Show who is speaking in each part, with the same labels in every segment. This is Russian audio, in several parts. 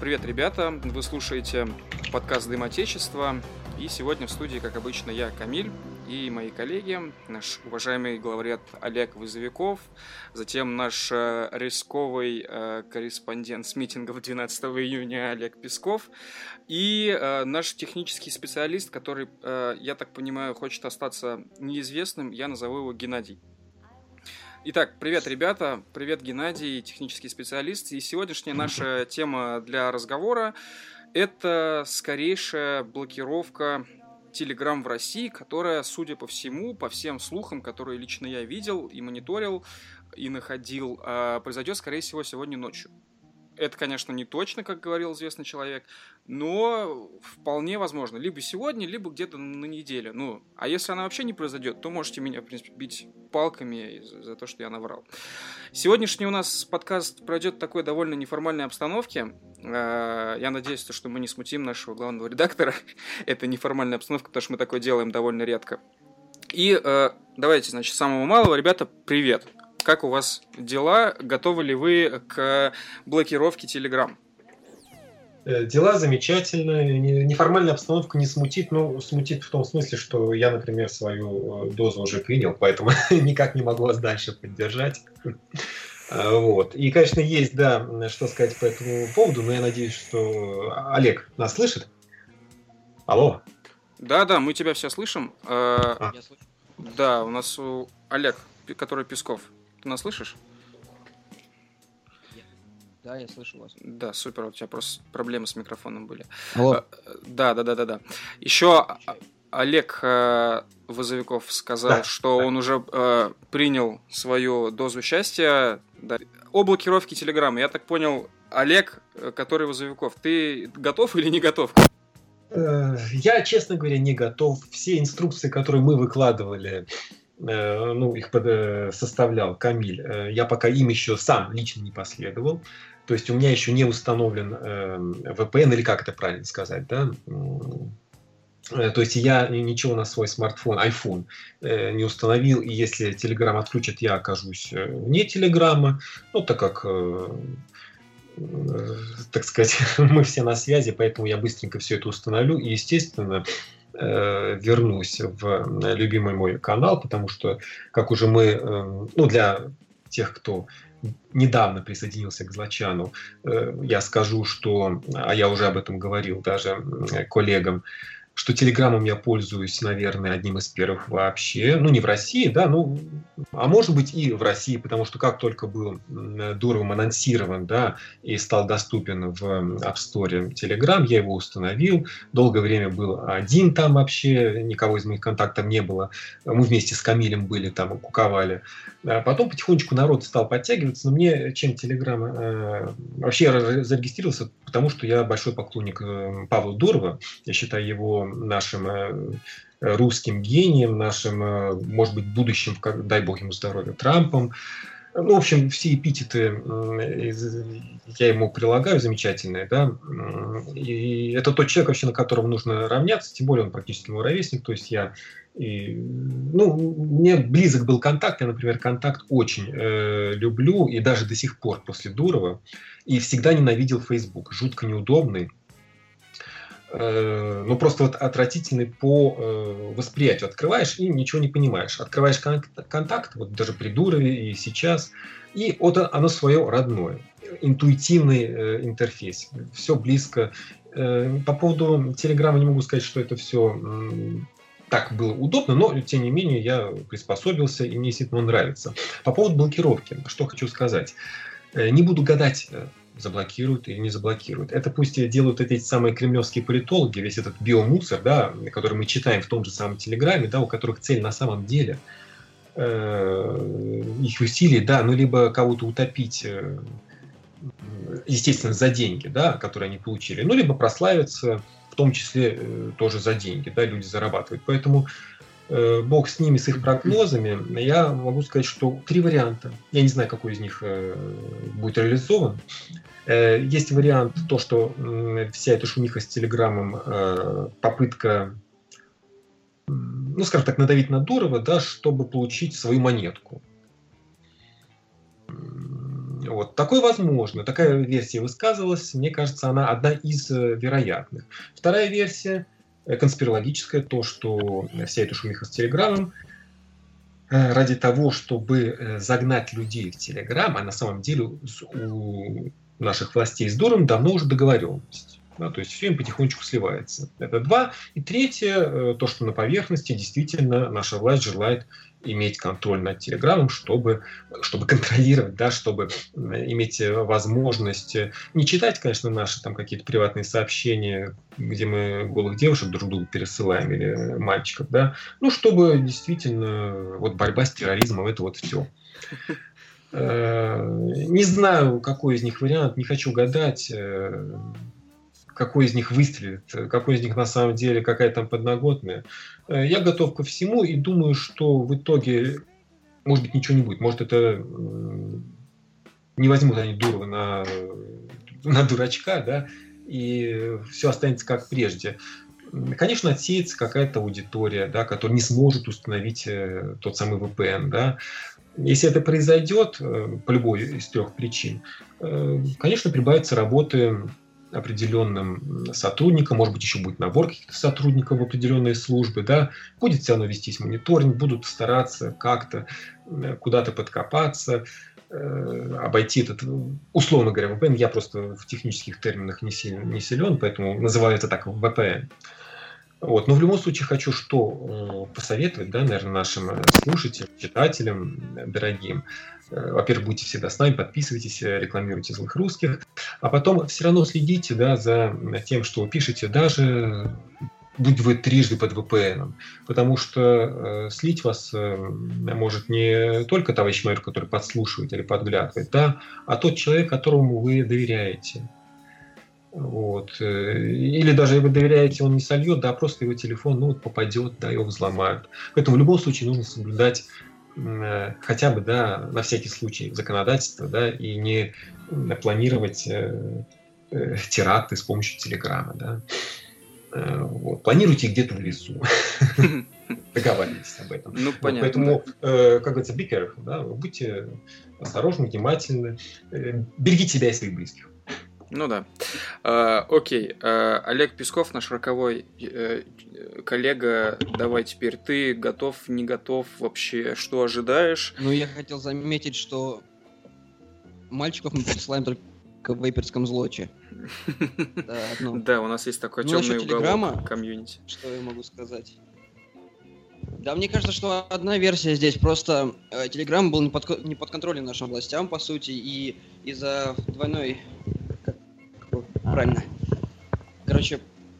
Speaker 1: Привет, ребята! Вы слушаете подкаст «Дым Отечества». И сегодня в студии, как обычно, я, Камиль, и мои коллеги, наш уважаемый главред Олег Вызовиков, затем наш рисковый корреспондент с митингов 12 июня Олег Песков и наш технический специалист, который, я так понимаю, хочет остаться неизвестным, я назову его Геннадий. Итак, привет, ребята, привет, Геннадий, технический специалист, и сегодняшняя наша тема для разговора – это скорейшая блокировка Telegram в России, которая, судя по всему, по всем слухам, которые лично я видел и мониторил, и находил, произойдет, скорее всего, сегодня ночью. Это, конечно, не точно, как говорил известный человек, но вполне возможно. Либо сегодня, либо где-то на неделе. А если она вообще не произойдет, то можете меня, в принципе, бить палками за то, что я наврал. Сегодняшний у нас подкаст пройдет в такой довольно неформальной обстановке. Я надеюсь, что мы не смутим нашего главного редактора. Это неформальная обстановка, потому что мы такое делаем довольно редко. И давайте, значит, с самого малого. Ребята, привет! Как у вас дела? Готовы ли вы к блокировке Telegram?
Speaker 2: Дела замечательные. Неформальная обстановка не смутит, но смутит в том смысле, что я, например, свою дозу уже принял, поэтому никак не могу вас дальше поддержать. Вот. И, конечно, есть, да, что сказать по этому поводу, но я надеюсь, что Олег нас слышит. Алло.
Speaker 1: Да, мы тебя все слышим.
Speaker 3: Я слышу.
Speaker 1: Да, у нас Олег, который Песков. Ты нас слышишь?
Speaker 3: Да, я слышу вас.
Speaker 1: Да, супер, у тебя просто проблемы с микрофоном были.
Speaker 3: Алло.
Speaker 1: Да. Еще Олег Вызовиков сказал, что он уже принял свою дозу счастья. Да. О блокировке Телеграма. Я так понял, Олег, который Вызовиков, ты готов или не готов?
Speaker 2: Я, честно говоря, не готов. Все инструкции, которые мы выкладывали, их составлял Камиль, я пока им еще сам лично не последовал. То есть у меня еще не установлен VPN, или как это правильно сказать, да? То есть я ничего на свой смартфон, iPhone не установил, и если Telegram отключат, я окажусь вне Телеграма, так как, так сказать, мы все на связи, поэтому я быстренько все это установлю, и, естественно, вернусь в любимый мой канал, потому что, как уже мы, для тех, кто недавно присоединился к Злочану, я скажу, что, а я уже об этом говорил даже коллегам, что Телеграмом я пользуюсь, наверное, одним из первых вообще. Не в России, да, а может быть и в России, потому что как только был Дуровым анонсирован, да, и стал доступен в App Store Telegram, я его установил. Долгое время был один там вообще, никого из моих контактов не было. Мы вместе с Камилем были там, куковали. Потом потихонечку народ стал подтягиваться, но мне чем Telegram... Вообще я зарегистрировался, потому что я большой поклонник Павла Дурова. Я считаю его нашим русским гением, нашим, может быть, будущим, дай бог ему здоровья, Трампом. В общем, все эпитеты я ему прилагаю замечательные, да. И это тот человек, вообще, на которого нужно равняться, тем более он практически мой ровесник, то есть мне близок был контакт, я, например, контакт очень люблю, и даже до сих пор после Дурова, и всегда ненавидел Facebook, жутко неудобный. Просто отвратительный по восприятию. Открываешь и ничего не понимаешь. Открываешь контакт, вот даже при Дурове и сейчас, и вот оно свое родное. Интуитивный интерфейс. Все близко. По поводу Телеграма не могу сказать, что это все так было удобно, но тем не менее я приспособился, и мне действительно нравится. По поводу блокировки, что хочу сказать. Не буду гадать, заблокируют или не заблокируют. Это пусть делают эти самые кремлевские политологи, весь этот биомусор, да, который мы читаем в том же самом Телеграме, да, у которых цель на самом деле их усилий, да, либо кого-то утопить, естественно, за деньги, да, которые они получили, либо прославиться, в том числе тоже за деньги, да, люди зарабатывают. Поэтому бог с ними, с их прогнозами, я могу сказать, что 3 варианта. Я не знаю, какой из них будет реализован. Есть вариант, то, что вся эта шумиха с Телеграмом, попытка, скажем так, надавить на Дурова, да, чтобы получить свою монетку. Вот. Такое возможно. Такая версия высказывалась. Мне кажется, она одна из вероятных. Вторая версия конспирологическая, то, что вся эта шумиха с Телеграмом ради того, чтобы загнать людей в Телеграм, а на самом деле у наших властей с Дуром давно уже договоренность. Да, то есть все им потихонечку сливается. Это два. И третье, то, что на поверхности действительно наша власть желает иметь контроль над Телеграмом, чтобы контролировать, да, чтобы иметь возможность не читать, конечно, наши там какие-то приватные сообщения, где мы голых девушек друг другу пересылаем или мальчиков, да, ну, чтобы действительно вот борьба с терроризмом, это вот все. Не знаю, какой из них вариант, не хочу гадать, какой из них выстрелит, какой из них на самом деле какая там подноготная. Я готов ко всему и думаю, что в итоге, может быть, ничего не будет. Может, это не возьмут они Дурова на дурачка, да, и все останется как прежде. Конечно, отсеется какая-то аудитория, да, которая не сможет установить тот самый VPN, да. Если это произойдет по любой из трех причин, конечно, прибавится работы определенным сотрудникам, может быть, еще будет набор каких-то сотрудников в определенные службы, да, будет все равно вестись мониторинг, будут стараться как-то куда-то подкопаться, обойти этот, условно говоря, VPN. Я просто в технических терминах не силен, поэтому называю это так, VPN. Вот. Но в любом случае хочу что посоветовать, да, наверное, нашим слушателям, читателям дорогим. Во-первых, будьте всегда с нами, подписывайтесь, рекламируйте «Злых русских», а потом все равно следите, да, за тем, что вы пишете, даже будь вы трижды под VPN, потому что слить вас может не только товарищ майор, который подслушивает или подглядывает, да, а тот человек, которому вы доверяете. Вот. Или даже если вы доверяете, он не сольет, да, просто его телефон попадет, да, его взломают. Поэтому в любом случае нужно соблюдать хотя бы, да, на всякий случай законодательство, да, и не планировать теракты с помощью Телеграма, да. Вот. Планируйте где-то в лесу. Договаривайтесь об этом.
Speaker 1: Ну, понятно.
Speaker 2: Поэтому, как говорится, be careful, да, будьте осторожны, внимательны, берегите себя и своих близких.
Speaker 1: Ну да. Окей. Олег Песков, наш роковой коллега, давай теперь ты готов, не готов вообще, что ожидаешь?
Speaker 3: Ну, я хотел заметить, что мальчиков мы присылаем только в вейперском злоче.
Speaker 1: Да, у нас есть такой темный уголок комьюнити.
Speaker 3: Что я могу сказать? Да, мне кажется, что одна версия здесь. Просто Telegram был не под контролем нашим властям, по сути, и из-за двойной... Правильно. Короче,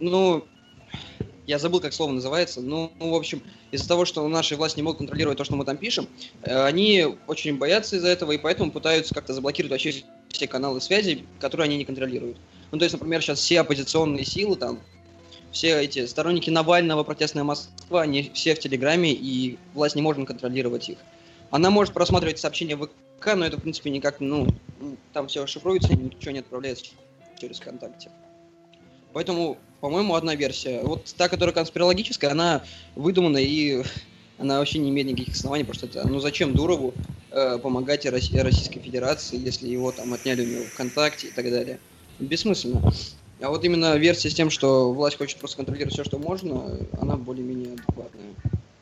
Speaker 3: я забыл, как слово называется. В общем, из-за того, что наши власти не могут контролировать то, что мы там пишем, они очень боятся из-за этого, и поэтому пытаются как-то заблокировать вообще все каналы связи, которые они не контролируют. Ну, то есть, например, сейчас все оппозиционные силы, там, все эти сторонники Навального, протестная Москва, они все в Телеграме, и власть не может контролировать их. Она может просматривать сообщения в ВК, но это, в принципе, никак, там все шифруется, ничего не отправляется через ВКонтакте. Поэтому, по-моему, одна версия. Вот та, которая конспирологическая, она выдумана, и она вообще не имеет никаких оснований, потому что это, зачем Дурову помогать Российской Федерации, если его там отняли у него ВКонтакте и так далее. Бессмысленно. А вот именно версия с тем, что власть хочет просто контролировать все, что можно, она более-менее адекватная.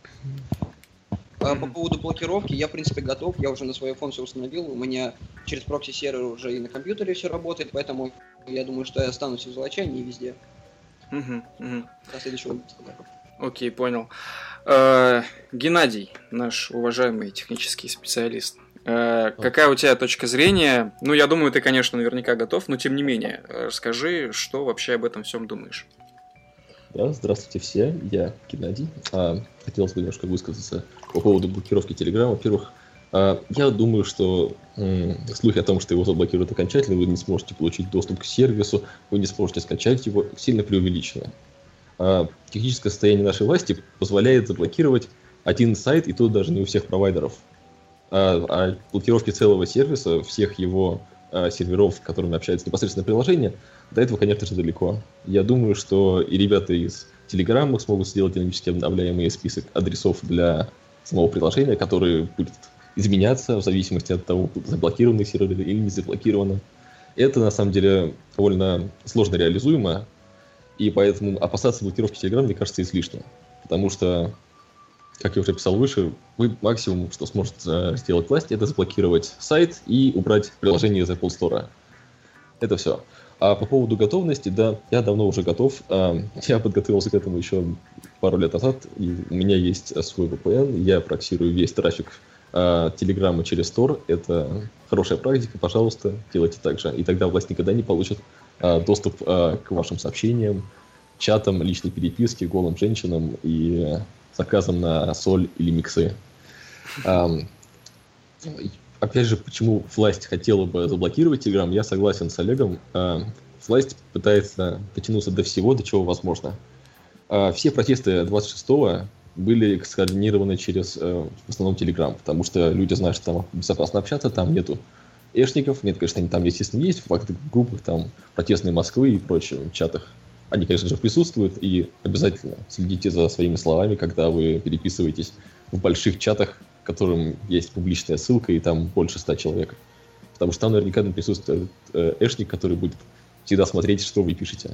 Speaker 3: По поводу блокировки, я, в принципе, готов. Я уже на свой iPhone все установил. У меня через прокси-сервер уже и на компьютере все работает, поэтому я думаю, что я останусь в Золочане и везде. До следующего выпуска.
Speaker 1: Окей, понял. Геннадий, наш уважаемый технический специалист. Какая у тебя точка зрения? Я думаю, ты, конечно, наверняка готов, но тем не менее, расскажи, что вообще об этом всем думаешь.
Speaker 4: Да, здравствуйте все, я Геннадий. Хотелось бы немножко высказаться по поводу блокировки Телеграма. Во-первых, я думаю, что слухи о том, что его заблокируют окончательно, вы не сможете получить доступ к сервису, вы не сможете скачать его, сильно преувеличено. Техническое состояние нашей власти позволяет заблокировать один сайт, и то даже не у всех провайдеров. А блокировки целого сервиса, всех его серверов, с которыми общается непосредственно приложение, до этого, конечно же, далеко. Я думаю, что и ребята из Telegram смогут сделать динамически обновляемый список адресов для самого приложения, который будет изменяться в зависимости от того, заблокированы серверы или не заблокированы. Это, на самом деле, довольно сложно реализуемо, и поэтому опасаться блокировки Telegram, мне кажется, излишне. Потому что, как я уже писал выше, вы максимум, что сможет сделать власть, это заблокировать сайт и убрать приложение из Apple Store. Это все. А по поводу готовности, да, я давно уже готов. Я подготовился к этому еще пару лет назад. И у меня есть свой VPN. Я проксирую весь трафик Телеграма через Tor. Это хорошая практика. Пожалуйста, делайте так же. И тогда власть никогда не получит доступ к вашим сообщениям, чатам, личной переписке, голым женщинам и заказам на соль или миксы. Опять же, почему власть хотела бы заблокировать Telegram, я согласен с Олегом. Власть пытается дотянуться до всего, до чего возможно. Все протесты 26-го были скоординированы через, в основном, Telegram, потому что люди знают, что там безопасно общаться, там нету эшников. Нет, конечно, они там, естественно, есть, в группах, там, протестной Москвы и прочих чатах. Они, конечно же, присутствуют, и обязательно следите за своими словами, когда вы переписываетесь в больших чатах, в котором есть публичная ссылка, и там больше 100 человек. Потому что там наверняка присутствует эшник, который будет всегда смотреть, что вы пишете.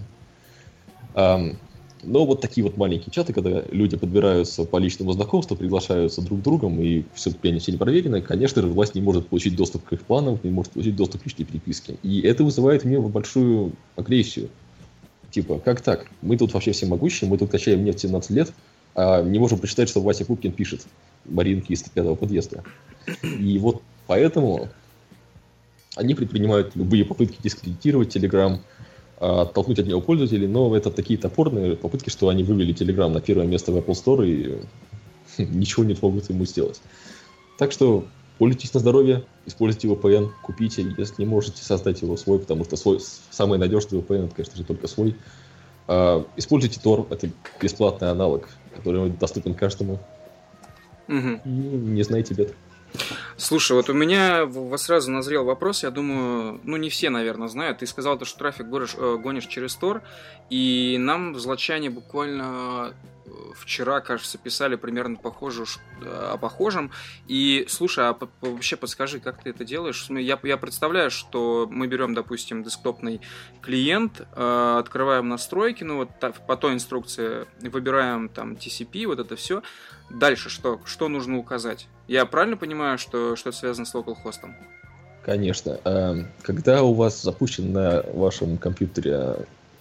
Speaker 4: Но вот такие вот маленькие чаты, когда люди подбираются по личному знакомству, приглашаются друг другом, и все-таки они все не проверены, конечно же, власть не может получить доступ к их планам, не может получить доступ к личной переписке. И это вызывает в нее большую агрессию. Типа, как так? Мы тут вообще всемогущие, мы тут качаем нефть 17 лет, а не можем прочитать, что Вася Пупкин пишет Маринке из 105-го подъезда. И вот поэтому они предпринимают любые попытки дискредитировать Telegram, оттолкнуть от него пользователей, но это такие топорные попытки, что они вывели Telegram на первое место в Apple Store и ничего не смогут ему сделать. Так что пользуйтесь на здоровье, используйте VPN, купите, если не можете, создать его свой, потому что свой самый надежный VPN, это, конечно же, только свой. Используйте Tor, это бесплатный аналог, который доступен каждому. И не знайте бед.
Speaker 1: Слушай, вот у меня сразу назрел вопрос, я думаю, не все, наверное, знают. Ты сказал, что трафик гонишь через Tor, и нам в Златчане буквально вчера, кажется, писали примерно о похожем. И, слушай, вообще подскажи, как ты это делаешь? Я представляю, что мы берем, допустим, десктопный клиент, открываем настройки, по той инструкции выбираем там TCP, вот это все. Дальше что нужно указать? Я правильно понимаю, что это связано с localhost?
Speaker 4: Конечно. Когда у вас запущен на вашем компьютере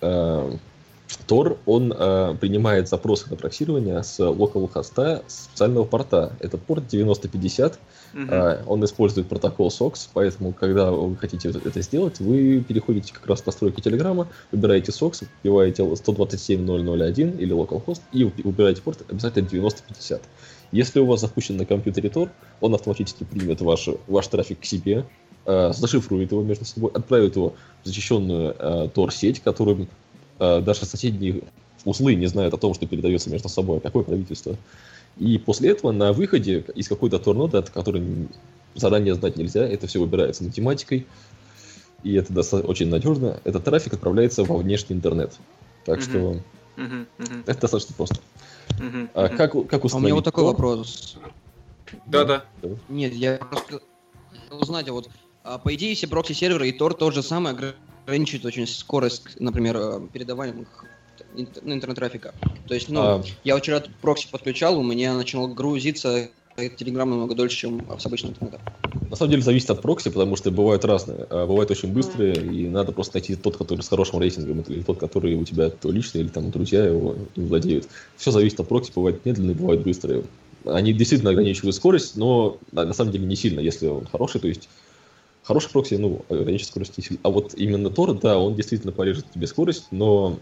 Speaker 4: Tor, он принимает запросы на проксирование с localhost специального порта. Это порт 9050. Он использует протокол SOX, поэтому, когда вы хотите это сделать, вы переходите как раз в настройки Телеграма, выбираете SOX, вбиваете 127.0.0.1 или localhost и выбираете порт обязательно 9050. Если у вас запущен на компьютере Tor, он автоматически примет ваш трафик к себе, зашифрует его между собой, отправит его в защищенную Tor-сеть, которую даже соседние узлы не знают о том, что передается между собой, какое правительство. И после этого на выходе из какой-то торноды, от которой заранее знать нельзя, это все выбирается математикой, и это очень надежно, этот трафик отправляется во внешний интернет. Так что это достаточно просто. Как установить?
Speaker 3: У меня вот такой вопрос.
Speaker 1: Да.
Speaker 3: Нет, я просто хотел узнать, по идее, все прокси-серверы и Tor то же самое ограничивает очень скорость, например, передаваемых интернет-трафика. То есть, я вчера прокси подключал, у меня начало грузиться Telegram намного дольше, чем с обычным интернетом.
Speaker 4: На самом деле зависит от прокси, потому что бывают разные. Бывают очень быстрые, и надо просто найти тот, который с хорошим рейтингом, или тот, который у тебя то личный, или там друзья его им владеют. Все зависит от прокси, бывают медленные, бывают быстрые. Они действительно ограничивают скорость, но на самом деле не сильно, если он хороший, то есть хороший прокси, ограничивает скорость не сильно. А вот именно Tor, да, он действительно порежет тебе скорость, но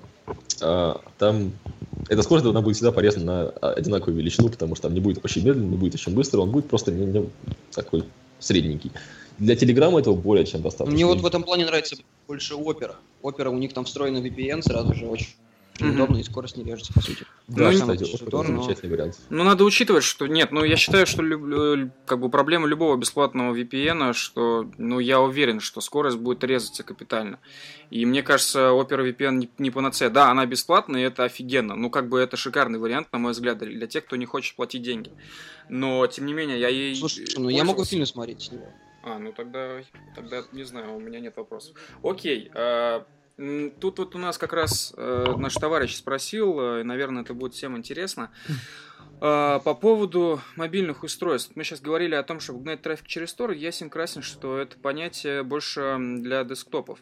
Speaker 4: там эта скорость должна будет всегда порезана на одинаковую величину, потому что там не будет очень медленно, не будет очень быстро, он будет просто не такой средненький. Для Телеграма этого более чем достаточно.
Speaker 3: Мне в этом плане нравится больше Opera. Opera, у них там встроенный VPN сразу же очень удобно и скорость не режется, по сути.
Speaker 4: Да,
Speaker 1: Ну,
Speaker 4: кстати,
Speaker 3: Мотор,
Speaker 4: Opera
Speaker 3: но-
Speaker 4: замечательный вариант.
Speaker 1: Ну, надо учитывать, что нет, ну, я считаю, что как бы проблема любого бесплатного VPN, что, ну, я уверен, что скорость будет резаться капитально. И мне кажется, Opera VPN не панацея. Да, она бесплатная, и это офигенно. Ну, как бы это шикарный вариант, на мой взгляд, для тех, кто не хочет платить деньги. Но, тем не менее, я ей
Speaker 3: Слушай, ну я могу
Speaker 1: пользовался.
Speaker 3: фильмы смотреть с него.
Speaker 1: Ну тогда не знаю, у меня нет вопросов. Окей, тут вот у нас как раз наш товарищ спросил, и, наверное, это будет всем интересно. По поводу мобильных устройств. Мы сейчас говорили о том, чтобы гнать трафик через Tor. Ясен красен, что это понятие больше для десктопов.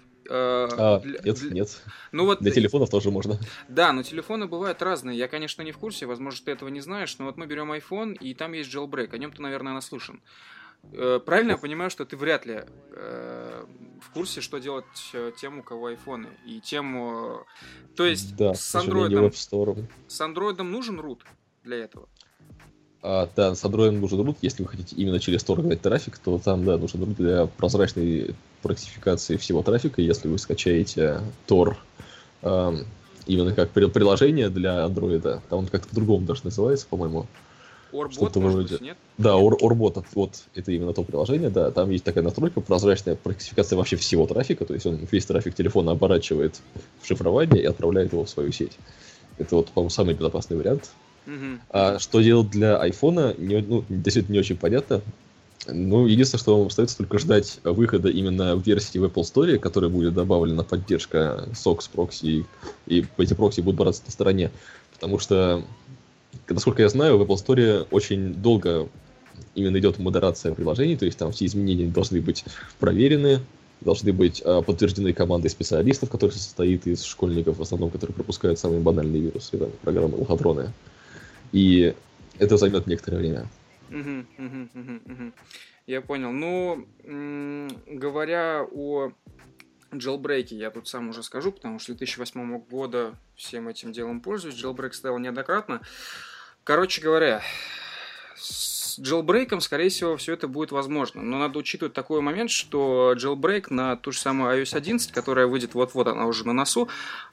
Speaker 4: Нет.
Speaker 1: Ну вот,
Speaker 4: Для телефонов тоже можно.
Speaker 1: да, но телефоны бывают разные. Я, конечно, не в курсе, возможно, ты этого не знаешь, но вот мы берем iPhone, и там есть jailbreak. О нем ты, наверное, наслышан. Правильно я понимаю, что ты вряд ли в курсе, что делать тем, у кого айфоны, и тем... То есть
Speaker 4: Да, к
Speaker 1: с
Speaker 4: сожалению,
Speaker 1: Android,
Speaker 4: Web Store.
Speaker 1: с Android нужен root для этого?
Speaker 4: Да, с Android нужен root. Если вы хотите именно через Tor гнать трафик, то там, да, нужен root для прозрачной проксификации всего трафика. Если вы скачаете Tor именно как приложение для Android, там он как-то по-другому даже называется, по-моему.
Speaker 1: Orbot,
Speaker 4: Что-то
Speaker 1: может
Speaker 4: вроде.
Speaker 1: быть, нет?
Speaker 4: Да, Orbot, вот это именно то приложение, да, там есть такая настройка, прозрачная проксификация вообще всего трафика, то есть он весь трафик телефона оборачивает в шифрование и отправляет его в свою сеть. Это вот, по-моему, самый безопасный вариант.
Speaker 1: Мгм.
Speaker 4: А что делать для айфона, действительно не очень понятно. Ну, единственное, что вам остается только ждать выхода именно в версии в Apple Store, которая будет добавлена поддержка SOX прокси, и эти прокси будут бороться на стороне, потому что насколько я знаю, в Apple Store очень долго именно идет модерация приложений, то есть там все изменения должны быть проверены, должны быть подтверждены командой специалистов, которая состоит из школьников, в основном, которые пропускают самые банальные вирусы, там, программы лохотроны. И это займет некоторое время.
Speaker 1: Мгм. Я понял. Ну, говоря о джелбрейке, я тут сам уже скажу, потому что с 2008 года всем этим делом пользуюсь. Джелбрейк ставил неоднократно. Короче говоря, с джелбрейком, скорее всего, все это будет возможно. Но надо учитывать такой момент, что джелбрейк на ту же самую iOS 11, которая выйдет вот-вот, она уже на носу,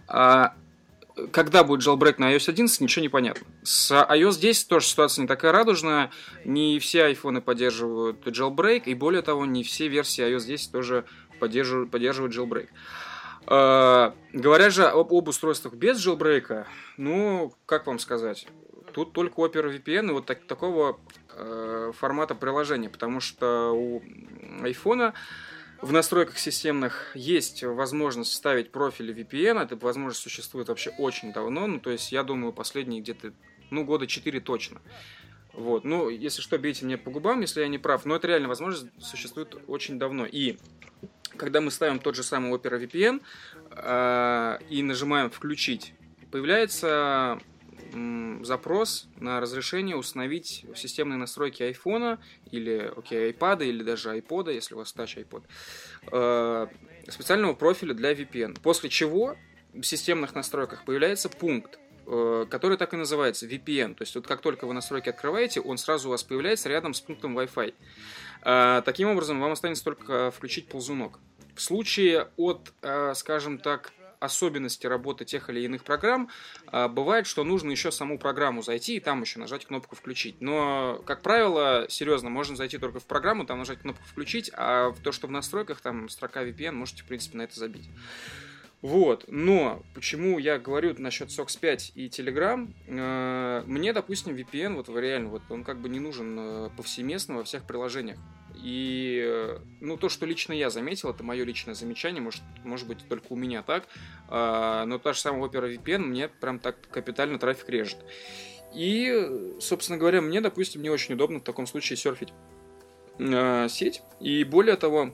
Speaker 1: когда будет джелбрейк на iOS 11, ничего не понятно. С iOS 10 тоже ситуация не такая радужная. Не все айфоны поддерживают джелбрейк, и более того, не все версии iOS 10 тоже поддерживают джелбрейк. Говоря же об устройствах без джелбрейка, ну, как вам сказать, тут только Opera VPN и вот такого формата приложения, потому что у айфона в настройках системных есть возможность ставить профили VPN. Эта возможность существует вообще очень давно. Ну, то есть, я думаю, последние где-то, года 4 точно. Вот. Ну, если что, бейте меня по губам, если я не прав. Но это реально возможность существует очень давно. И когда мы ставим тот же самый Opera VPN и нажимаем «Включить», появляется запрос на разрешение установить системные настройки айфона или iPad, или даже iPod, если у вас Touch iPod, специального профиля для VPN. После чего в системных настройках появляется пункт, который так и называется VPN. То есть вот как только вы настройки открываете, он сразу у вас появляется рядом с пунктом Wi-Fi. Таким образом, вам останется только включить ползунок. В случае от, скажем так, особенности работы тех или иных программ, бывает, что нужно еще саму программу зайти и там еще нажать кнопку «Включить». Но, как правило, серьезно, можно зайти только в программу, там нажать кнопку «Включить», а то, что в настройках, там строка VPN, можете, в принципе, на это забить. Вот, но почему я говорю насчет SOX 5 и Telegram, мне, допустим, VPN, вот реально, вот он как бы не нужен повсеместно во всех приложениях. И, то, что лично я заметил, это мое личное замечание, может быть, только у меня так, но та же самая Opera VPN мне прям так капитально трафик режет. И, собственно говоря, мне, допустим, не очень удобно в таком случае серфить сеть. И более того,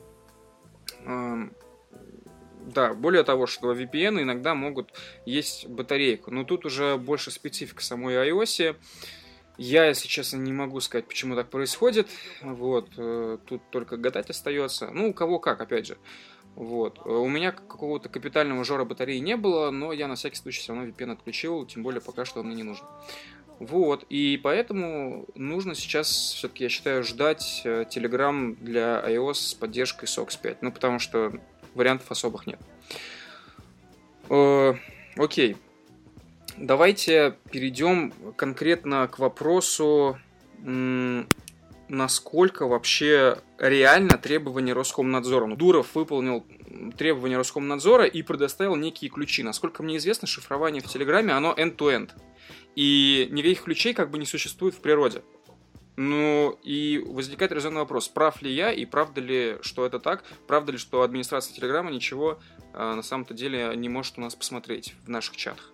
Speaker 1: что VPN иногда могут есть батарейку. Но тут уже больше специфика самой iOS. Я, если честно, не могу сказать, почему так происходит. Вот. Тут только гадать остается. Ну, у кого как, опять же. Вот. У меня какого-то капитального жора батареи не было, но я на всякий случай все равно VPN отключил, тем более пока что он мне не нужен. Вот. И поэтому нужно сейчас, все-таки, я считаю, ждать Telegram для iOS с поддержкой SOX 5. Ну, потому что вариантов особых нет. Окей. Давайте перейдем конкретно к вопросу, насколько вообще реально требования Роскомнадзора. Дуров выполнил требования Роскомнадзора и предоставил некие ключи. Насколько мне известно, шифрование в Телеграме, оно end-to-end. И никаких ключей как бы не существует в природе. Ну, и возникает резонный вопрос, прав ли я и правда ли, что это так? Правда ли, что администрация Телеграма ничего на самом-то деле не может у нас посмотреть в наших чатах?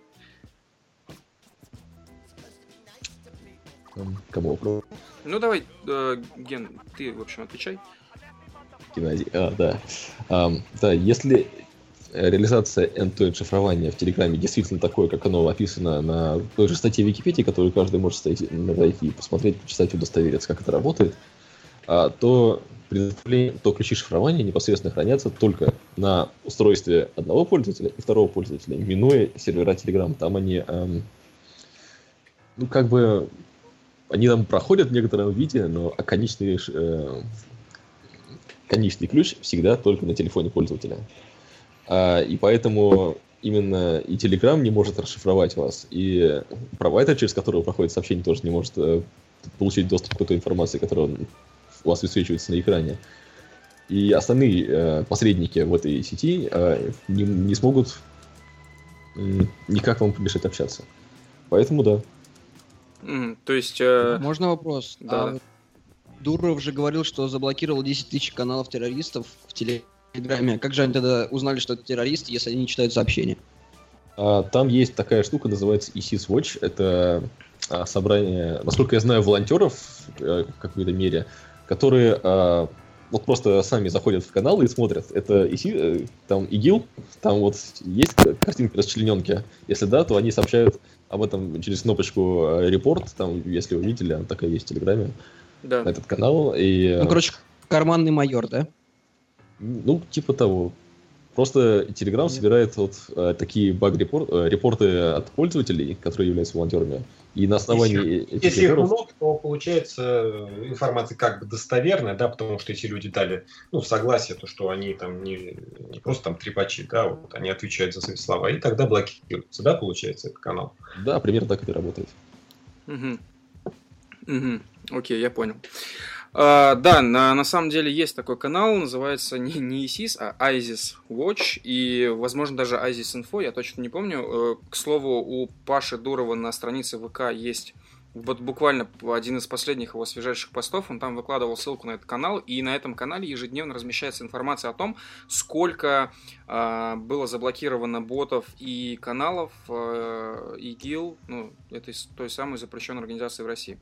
Speaker 4: Кому вопрос?
Speaker 1: Ну, давай, Ген, ты, в общем, отвечай.
Speaker 4: Геннадий, да. Да, если реализация end-to-end шифрования в Телеграме действительно такое, как оно описано на той же статье Википедии, которую каждый может найти и посмотреть, почитать, удостовериться, как это работает, то ключи шифрования непосредственно хранятся только на устройстве одного пользователя и второго пользователя, минуя сервера Telegram. Там они, они там проходят в некотором виде, но конечный ключ всегда только на телефоне пользователя. И поэтому именно и Telegram не может расшифровать вас, и провайдер, через которого проходит сообщение, тоже не может получить доступ к той информации, которая у вас высвечивается на экране. И остальные посредники в этой сети не смогут никак вам помешать общаться. Поэтому да.
Speaker 1: То есть...
Speaker 3: Можно вопрос?
Speaker 1: Да.
Speaker 3: Дуров же говорил, что заблокировал 10 тысяч каналов террористов в Телеграме. Как же они тогда узнали, что это террористы, если они не читают сообщения?
Speaker 4: Там есть такая штука, называется ISIS Watch. Это собрание, насколько я знаю, волонтеров в какой-то мере, которые вот просто сами заходят в канал и смотрят. Это там ИГИЛ, там вот есть картинка расчлененки. Если да, то они сообщают об этом через кнопочку репорт. Там, если вы видели, она такая есть в Телеграме.
Speaker 1: Да.
Speaker 4: На этот канал. И,
Speaker 3: короче, карманный майор, да?
Speaker 4: Ну, типа того. Просто Telegram собирает вот такие репорты от пользователей, которые являются волонтерами. И на основании этих
Speaker 2: если их много, то получается информация как бы достоверная, да, потому что эти люди дали согласие, то, что они там не просто там трепачи, да, вот они отвечают за свои слова, и тогда блокируется, да, получается, этот канал.
Speaker 4: Да, примерно так это работает.
Speaker 1: Окей, я понял. Да, на самом деле есть такой канал, называется не ISIS, а ISIS Watch, и, возможно, даже ISIS Info, я точно не помню. К слову, у Паши Дурова на странице ВК есть вот буквально один из последних его свежайших постов, он там выкладывал ссылку на этот канал, и на этом канале ежедневно размещается информация о том, сколько было заблокировано ботов и каналов ИГИЛ, этой той самой запрещенной организации в России.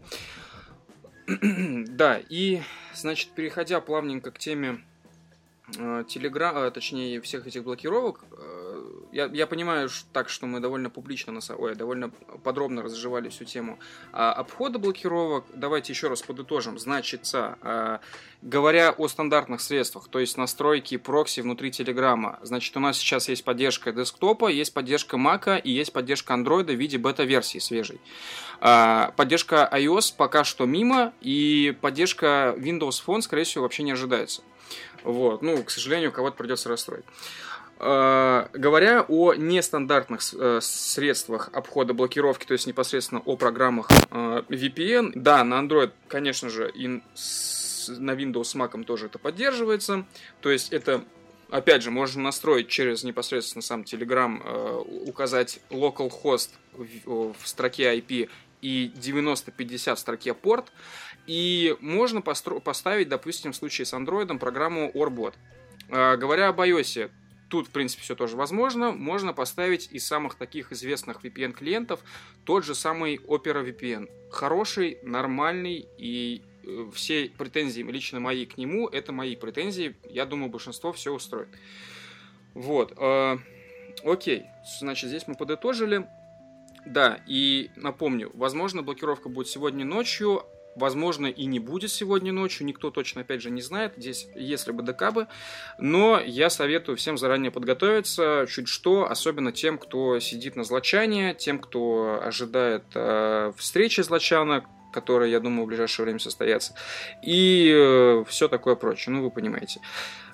Speaker 1: Да, и, значит, переходя плавненько к теме Telegram, точнее, всех этих блокировок, я понимаю что мы довольно публично, довольно подробно разжевали всю тему обхода блокировок. Давайте еще раз подытожим. Значит, говоря о стандартных средствах, то есть настройки прокси внутри Телеграма, значит, у нас сейчас есть поддержка десктопа, есть поддержка Mac и есть поддержка Android в виде бета-версии свежей. Поддержка iOS пока что мимо, и поддержка Windows Phone, скорее всего, вообще не ожидается. Вот. К сожалению, кого-то придется расстроить. Говоря о нестандартных средствах обхода блокировки, то есть непосредственно о программах VPN, да, на Android, конечно же, и на Windows с Mac тоже это поддерживается. То есть это, опять же, можно настроить через непосредственно сам Telegram, указать localhost в строке IP и 9050 в строке порт. И можно поставить, допустим, в случае с Android программу Orbot. Говоря об iOS, тут, в принципе, все тоже возможно. Можно поставить из самых таких известных VPN-клиентов тот же самый Opera VPN. Хороший, нормальный, и все претензии лично мои к нему, это мои претензии. Я думаю, большинство все устроит. Вот. Окей. Значит, здесь мы подытожили. Да, и напомню, возможно, блокировка будет сегодня ночью, возможно, и не будет сегодня ночью, никто точно, опять же, не знает, здесь если бы декабы, но я советую всем заранее подготовиться, чуть что, особенно тем, кто сидит на злочане, тем, кто ожидает встречи злочана, которые, я думаю, в ближайшее время состоятся, и все такое прочее, вы понимаете.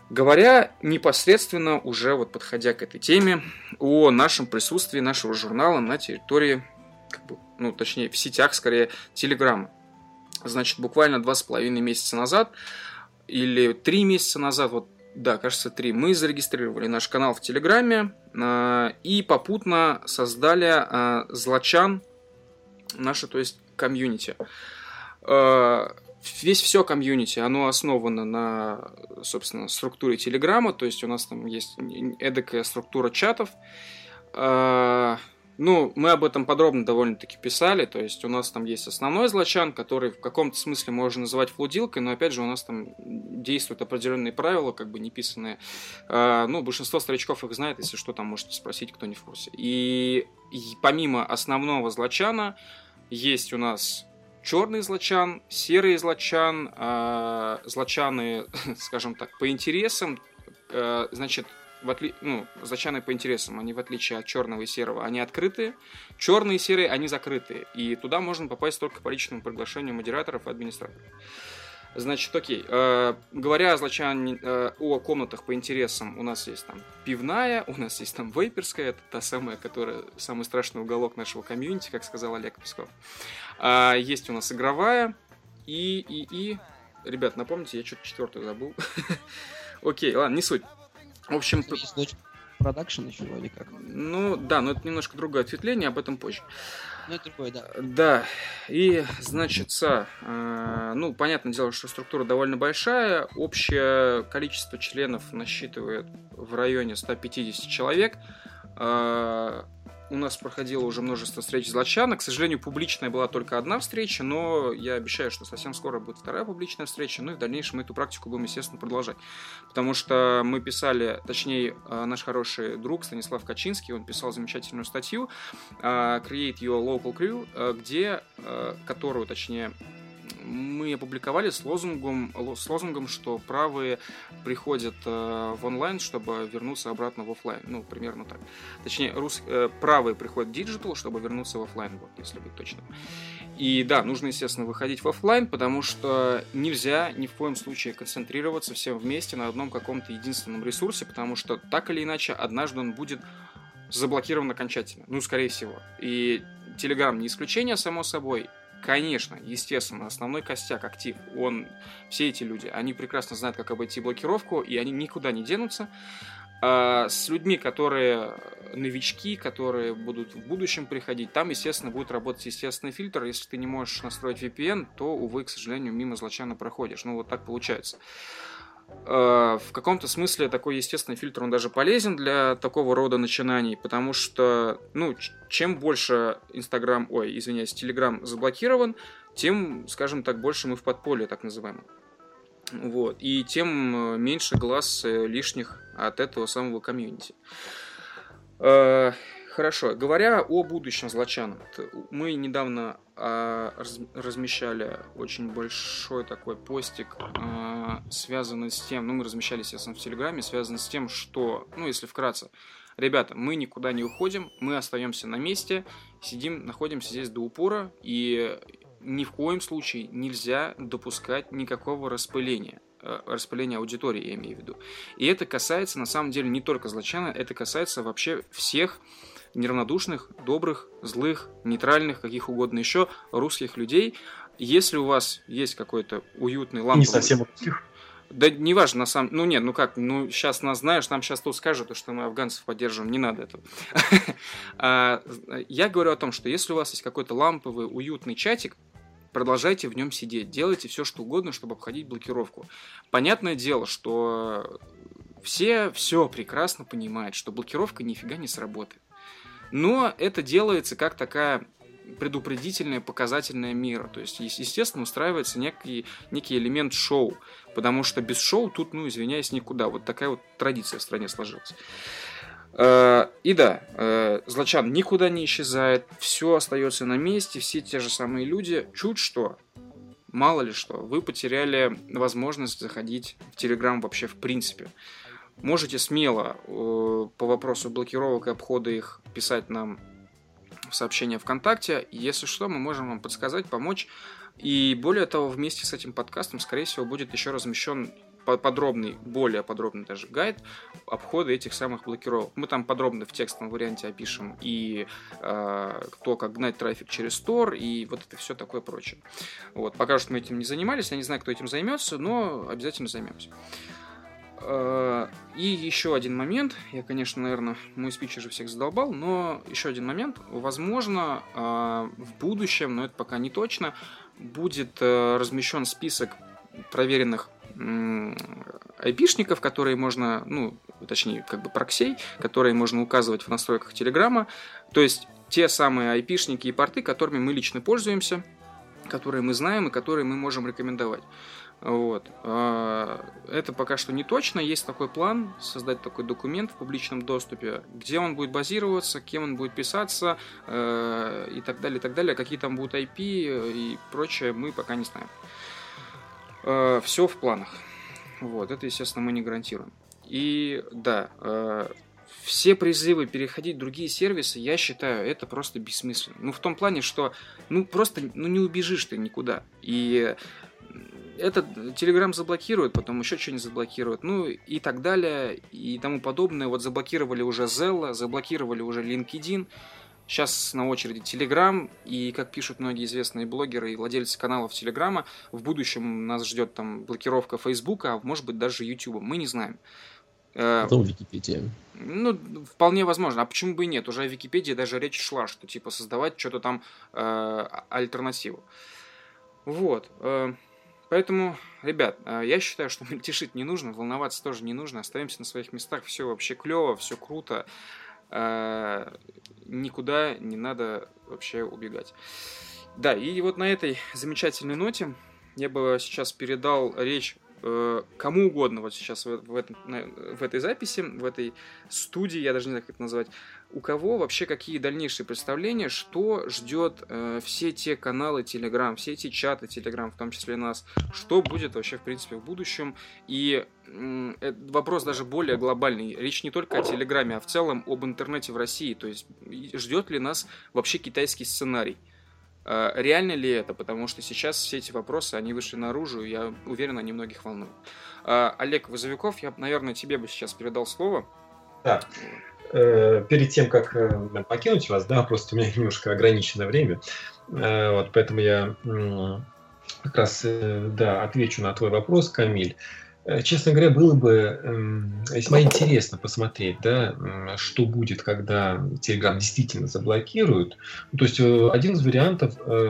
Speaker 1: Говоря непосредственно, уже вот подходя к этой теме, о нашем присутствии нашего журнала на территории, точнее, в сетях, скорее, Телеграма. Значит, буквально 2,5 месяца назад, или 3 месяца назад, кажется, 3, мы зарегистрировали наш канал в Телеграме и попутно создали Злачан, наше, то есть, комьюнити. Все комьюнити, оно основано на, собственно, структуре Телеграма, то есть у нас там есть эдакая структура чатов. Мы об этом подробно довольно-таки писали, то есть у нас там есть основной Злачан, который в каком-то смысле можно называть флудилкой, но опять же у нас там действуют определенные правила, неписанные. Большинство старичков их знает, если что, там можете спросить, кто не в курсе. И помимо основного Злачана есть у нас черный Злачан, серый Злачан, Злачаны, скажем так, по интересам, значит, Злачаны по интересам, они в отличие от черного и серого, они открытые, черные и серые, они закрытые, и туда можно попасть только по личному приглашению модераторов и администраторов. Значит, окей, говоря о комнатах по интересам, у нас есть там пивная, у нас есть там вейперская, это та самая, которая самый страшный уголок нашего комьюнити, как сказал Олег Песков. Есть у нас игровая и... Ребят, напомните, я что-то четвертую забыл. Окей, ладно, не суть. В общем...
Speaker 3: Продакшн еще вроде как.
Speaker 1: Но это немножко другое ответвление, об этом позже.
Speaker 3: Это другое, да.
Speaker 1: Да, и, значит, понятное дело, что структура довольно большая, общее количество членов насчитывает в районе 150 человек. У нас проходило уже множество встреч Злачана. К сожалению, публичная была только одна встреча, но я обещаю, что совсем скоро будет вторая публичная встреча, и в дальнейшем мы эту практику будем, естественно, продолжать. Потому что мы писали, точнее, наш хороший друг Станислав Качинский, он писал замечательную статью Create Your Local Crew, которую, точнее, мы опубликовали с лозунгом, что правые приходят в онлайн, чтобы вернуться обратно в офлайн. Примерно так. Точнее, правые приходят в диджитал, чтобы вернуться в офлайн, если быть точным. И да, нужно, естественно, выходить в офлайн, потому что нельзя ни в коем случае концентрироваться всем вместе на одном каком-то единственном ресурсе, потому что так или иначе однажды он будет заблокирован окончательно. Скорее всего. И Telegram не исключение, само собой. Конечно, естественно, основной костяк, актив, все эти люди, они прекрасно знают, как обойти блокировку, и они никуда не денутся. С людьми, которые новички, которые будут в будущем приходить, там, естественно, будет работать естественный фильтр. Если ты не можешь настроить VPN, то, увы, к сожалению, мимо Злачана проходишь. Вот так получается. В каком-то смысле такой естественный фильтр, он даже полезен для такого рода начинаний, потому что, чем больше Telegram заблокирован, тем, скажем так, больше мы в подполье, так называемом. И тем меньше глаз лишних от этого самого комьюнити. Хорошо. Говоря о будущем Злачана, мы недавно размещали очень большой такой постик, связанный с тем, мы размещали, естественно, в Телеграме, связанный с тем, что, если вкратце, ребята, мы никуда не уходим, мы остаемся на месте, находимся здесь до упора, и ни в коем случае нельзя допускать никакого распыления аудитории, я имею в виду. И это касается, на самом деле, не только Злачана, это касается вообще всех неравнодушных, добрых, злых, нейтральных, каких угодно еще, русских людей. Если у вас есть какой-то уютный ламповый...
Speaker 2: Не совсем русских.
Speaker 1: Да неважно, на самом... сейчас нас знаешь, нам сейчас тут скажут, что мы афганцев поддерживаем, не надо этого. Я говорю о том, что если у вас есть какой-то ламповый, уютный чатик, продолжайте в нем сидеть, делайте все, что угодно, чтобы обходить блокировку. Понятное дело, что все прекрасно понимают, что блокировка нифига не сработает. Но это делается как такая предупредительная, показательная мера. То есть, естественно, устраивается некий элемент шоу. Потому что без шоу тут, извиняюсь, никуда. Вот такая вот традиция в стране сложилась. И да, Злачан никуда не исчезает. Все остается на месте. Все те же самые люди. Чуть что, мало ли что, вы потеряли возможность заходить в Telegram вообще в принципе. Можете смело по вопросу блокировок и обхода их писать нам в сообщения ВКонтакте. Если что, мы можем вам подсказать, помочь. И более того, вместе с этим подкастом, скорее всего, будет еще размещен подробный, более подробный даже гайд обхода этих самых блокировок. Мы там подробно в текстовом варианте опишем и кто как гнать трафик через Tor, и вот это все такое прочее. Вот. Пока что мы этим не занимались, я не знаю, кто этим займется, но обязательно займемся. И еще один момент, я, конечно, наверное, мой спич уже всех задолбал, но еще один момент, возможно, в будущем, но это пока не точно, будет размещен список проверенных айпишников, которые можно, ну, точнее, как бы проксей, которые можно указывать в настройках Телеграма, то есть те самые айпишники и порты, которыми мы лично пользуемся, которые мы знаем и которые мы можем рекомендовать. Вот. Это пока что не точно. Есть такой план создать такой документ в публичном доступе, где он будет базироваться, кем он будет писаться и так далее, и так далее. Какие там будут IP и прочее, мы пока не знаем. Все в планах. Вот. Это, естественно, мы не гарантируем. И да, все призывы переходить в другие сервисы, я считаю, это просто бессмысленно. Ну, в том плане, что просто не убежишь ты никуда. И этот Telegram заблокируют, потом еще что-нибудь заблокируют, ну и так далее, и тому подобное. Вот заблокировали уже Zello, заблокировали уже LinkedIn, сейчас на очереди Telegram, и, как пишут многие известные блогеры и владельцы каналов Telegram, в будущем нас ждет там блокировка Facebook, а может быть даже YouTube, мы не знаем.
Speaker 4: Потом Википедия.
Speaker 1: Ну, вполне возможно. А почему бы и нет? Уже в Википедии даже речь шла, что типа создавать что-то там альтернативу. Вот. Поэтому, ребят, я считаю, что мельтешить не нужно, волноваться тоже не нужно, остаемся на своих местах, все вообще клево, все круто, никуда не надо вообще убегать. Да, и вот на этой замечательной ноте я бы сейчас передал речь кому угодно вот сейчас в этой записи, в этой студии, я даже не знаю, как это назвать, у кого вообще какие дальнейшие представления, что ждет все те каналы Telegram, все эти чаты Telegram, в том числе нас, что будет вообще, в принципе, в будущем. И вопрос даже более глобальный. Речь не только о Телеграме, а в целом об интернете в России. То есть, ждет ли нас вообще китайский сценарий? Реально ли это? Потому что сейчас все эти вопросы, они вышли наружу, и я уверен, они многих волнуют. Олег Вызовиков, я, наверное, тебе бы сейчас передал слово.
Speaker 2: Да. Перед тем, как покинуть вас, да, просто у меня немножко ограниченное время, вот, поэтому я как раз, да, отвечу на твой вопрос, Камиль. Честно говоря, было бы весьма интересно посмотреть, да, что будет, когда Telegram действительно заблокируют. То есть один из вариантов,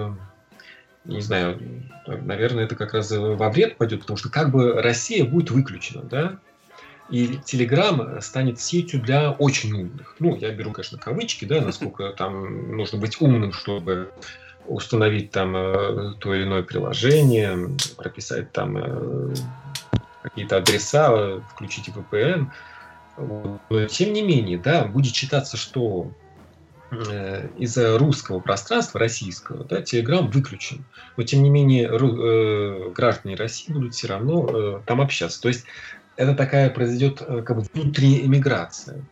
Speaker 2: не знаю, наверное, это как раз во вред пойдет, потому что как бы Россия будет выключена, да, и Telegram станет сетью для очень умных. Ну, я беру, конечно, кавычки, да, насколько там нужно быть умным, чтобы установить там то или иное приложение, прописать там какие-то адреса, включить VPN. Но, тем не менее, да, будет считаться, что из-за русского пространства, российского, да, Telegram выключен. Но, тем не менее, граждане России будут все равно там общаться. То есть, это такая произойдет как бы внутренняя эмиграция.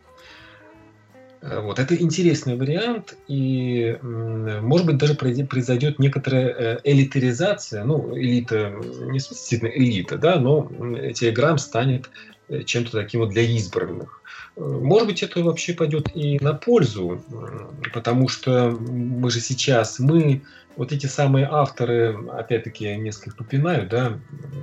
Speaker 2: Вот. Это интересный вариант, и, может быть, даже произойдет некоторая элитаризация, ну, элита, не действительно элита, да, но Telegram станет чем-то таким вот для избранных. Может быть, это вообще пойдет и на пользу, потому что мы же сейчас, вот эти самые авторы, опять-таки, я несколько попинаю, да,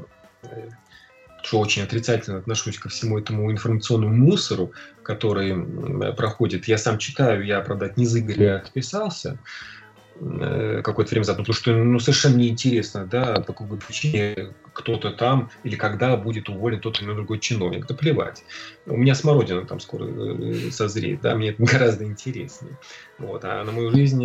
Speaker 2: что очень отрицательно отношусь ко всему этому информационному мусору, который проходит. Я сам читаю, я, правда, от Низыгоря отписался какое-то время назад, потому что совершенно неинтересно, да, по какой причине кто-то там или когда будет уволен тот или другой чиновник. Да плевать. У меня смородина там скоро созреет, да, мне это гораздо интереснее. Вот. А на мою жизнь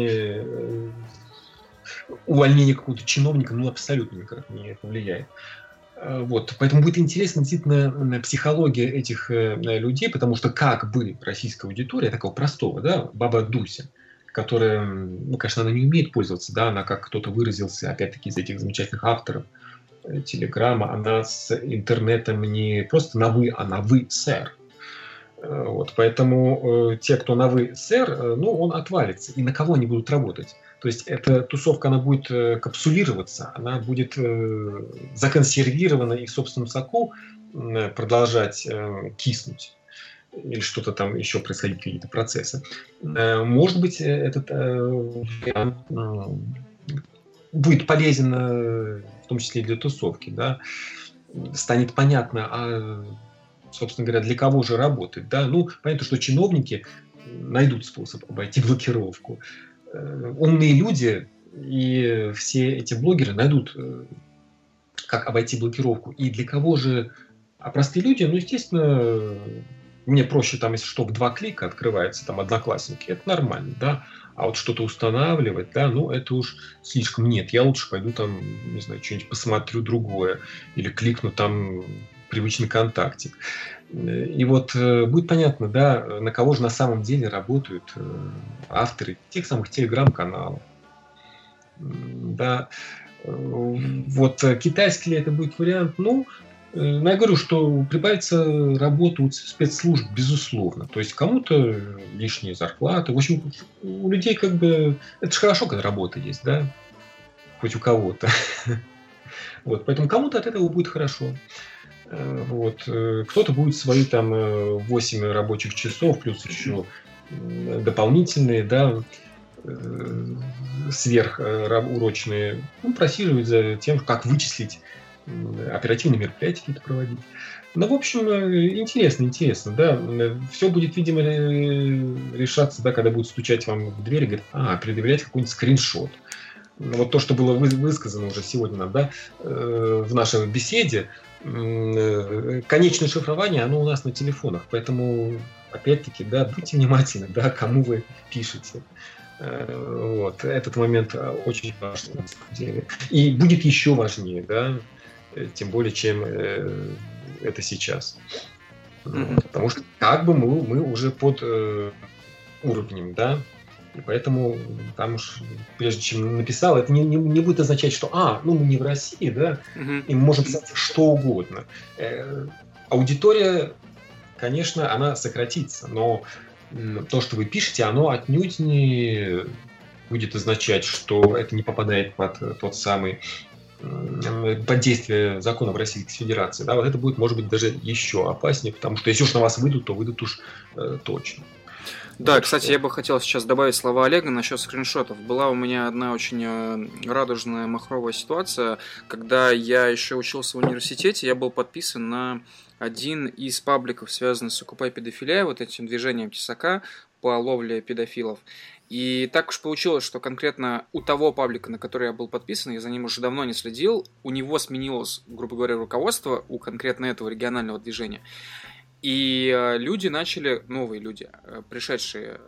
Speaker 2: увольнение какого-то чиновника абсолютно никак не повлияет. Вот. Поэтому будет интересна действительно психология этих людей, потому что как бы российская аудитория, такого простого, да, баба Дуся, которая, конечно, она не умеет пользоваться, да, она, как кто-то выразился, опять-таки, из этих замечательных авторов Телеграма, она с интернетом не просто на «вы», а на «вы, сэр». Вот. Поэтому те, кто на «вы, сэр», он отвалится. И на кого они будут работать? То есть эта тусовка, она будет капсулироваться, она будет законсервирована и в собственном соку, продолжать киснуть или что-то там еще происходить, какие-то процессы. Может быть, этот вариант будет полезен, в том числе и для тусовки, да, станет понятно, собственно говоря, для кого же работать, да, ну, понятно, что чиновники найдут способ обойти блокировку. Умные люди и все эти блогеры найдут, как обойти блокировку. И для кого же... А простые люди, ну, естественно, мне проще, там, если что, в 2 клика открывается, там, Одноклассники, это нормально, да. А вот что-то устанавливать, да, ну, это уж слишком нет. Я лучше пойду там, не знаю, что-нибудь посмотрю другое. Или кликну там привычный контактик. И вот будет понятно, да, на кого же на самом деле работают авторы тех самых телеграм-каналов. Да. Вот китайский ли это будет вариант? Ну, я говорю, что прибавится работа у спецслужб, безусловно. То есть кому-то лишние зарплаты. В общем, у людей как бы... Это же хорошо, когда работа есть, да? Хоть у кого-то. Вот, поэтому кому-то от этого будет хорошо. Вот. Кто-то будет свои там 8 рабочих часов, плюс еще дополнительные, да, сверхурочные, просиживать за тем, как вычислить оперативные мероприятия какие-то проводить. Ну, в общем, интересно, да. Все будет, видимо, решаться, да, когда будут стучать вам в дверь и говорят, предъявлять какой-нибудь скриншот. Вот то, что было высказано уже сегодня нам, да, в нашей беседе, конечное шифрование, оно у нас на телефонах, поэтому, опять-таки, да, будьте внимательны, да, кому вы пишете. Вот. Этот момент очень важен, на самом деле. И будет еще важнее, да, тем более, чем это сейчас. Потому что как бы мы уже под уровнем, да, и поэтому там уж, прежде чем написал, это не будет означать, что мы не в России, да, и мы можем писать что угодно. Аудитория, конечно, она сократится, но то, что вы пишете, оно отнюдь не будет означать, что это не попадает под тот самый под действие законов Российской Федерации. Да, вот это будет, может быть, даже еще опаснее, потому что если уж на вас выйдут, то выйдут уж точно.
Speaker 1: Да, кстати, я бы хотел сейчас добавить слова Олега насчет скриншотов. Была у меня одна очень радужная махровая ситуация, когда я еще учился в университете, я был подписан на один из пабликов, связанных с «Окупай педофилия», вот этим движением Тесака по ловле педофилов. И так уж получилось, что конкретно у того паблика, на который я был подписан, я за ним уже давно не следил, у него сменилось, грубо говоря, руководство у конкретно этого регионального движения. И люди начали, новые люди, пришедшие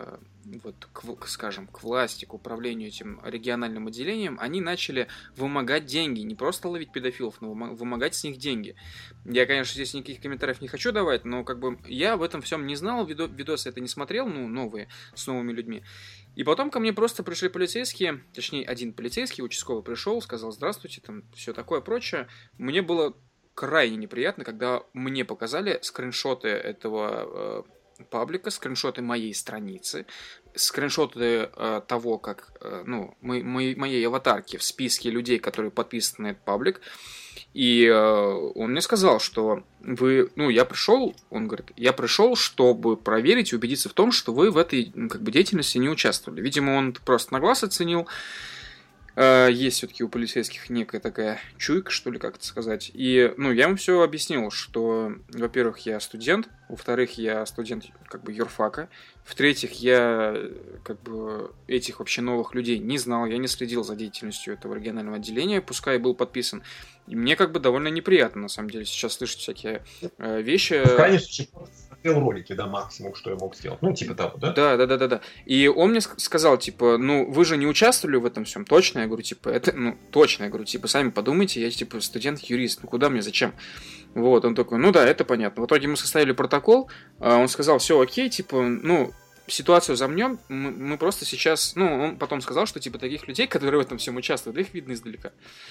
Speaker 1: к власти, к управлению этим региональным отделением, они начали вымогать деньги, не просто ловить педофилов, но вымогать с них деньги. Я, конечно, здесь никаких комментариев не хочу давать, но как бы я об этом всем не знал, видосы это не смотрел, новые, с новыми людьми. И потом ко мне просто пришли полицейские, точнее, один полицейский, участковый пришел, сказал здравствуйте, там, все такое прочее. Мне было крайне неприятно, когда мне показали скриншоты этого паблика, скриншоты моей страницы, скриншоты того, как, моей аватарки в списке людей, которые подписаны на этот паблик. И он мне сказал, что я пришел, он говорит, я пришел, чтобы проверить и убедиться в том, что вы в этой деятельности не участвовали. Видимо, он просто на глаз оценил. Есть все-таки у полицейских некая такая чуйка, что ли, как это сказать. И, я ему все объяснил, что, во-первых, я студент, во-вторых, я студент, юрфака, в-третьих, я, этих вообще новых людей не знал, я не следил за деятельностью этого регионального отделения, пускай был подписан. И мне, довольно неприятно, на самом деле, сейчас слышать всякие вещи.
Speaker 2: Конечно, смотрел ролики, да, максимум, что я мог сделать. Того, да?
Speaker 1: Да. И он мне сказал, вы же не участвовали в этом всем, точно? Я говорю, точно. Я говорю, сами подумайте, я, студент-юрист, куда мне, зачем? Вот, он такой, это понятно. В итоге мы составили протокол, он сказал, все окей, ситуацию замнем, мы просто сейчас... он потом сказал, что, таких людей, которые в этом всем участвуют, их видно издалека.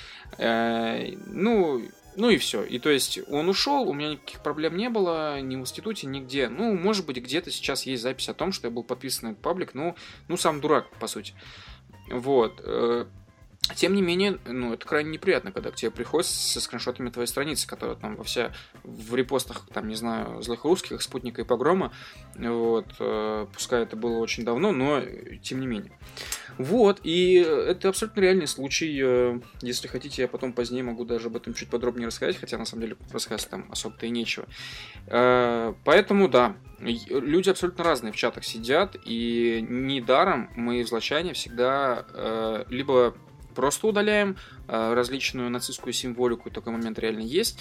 Speaker 1: И все. И то есть он ушел, у меня никаких проблем не было, ни в институте, нигде. Может быть, где-то сейчас есть запись о том, что я был подписан на этот паблик, сам дурак, по сути. Вот. Тем не менее, ну, это крайне неприятно, когда к тебе приходят со скриншотами твоей страницы, которые там в репостах, там, не знаю, злых русских, Спутника и Погрома. Вот, пускай это было очень давно, но тем не менее. Вот, и это абсолютно реальный случай. Если хотите, я потом позднее могу даже об этом чуть подробнее рассказать, хотя на самом деле рассказать там особо-то и нечего. Поэтому, да, люди абсолютно разные в чатах сидят, и недаром мы в Злачане всегда либо просто удаляем различную нацистскую символику, такой момент реально есть.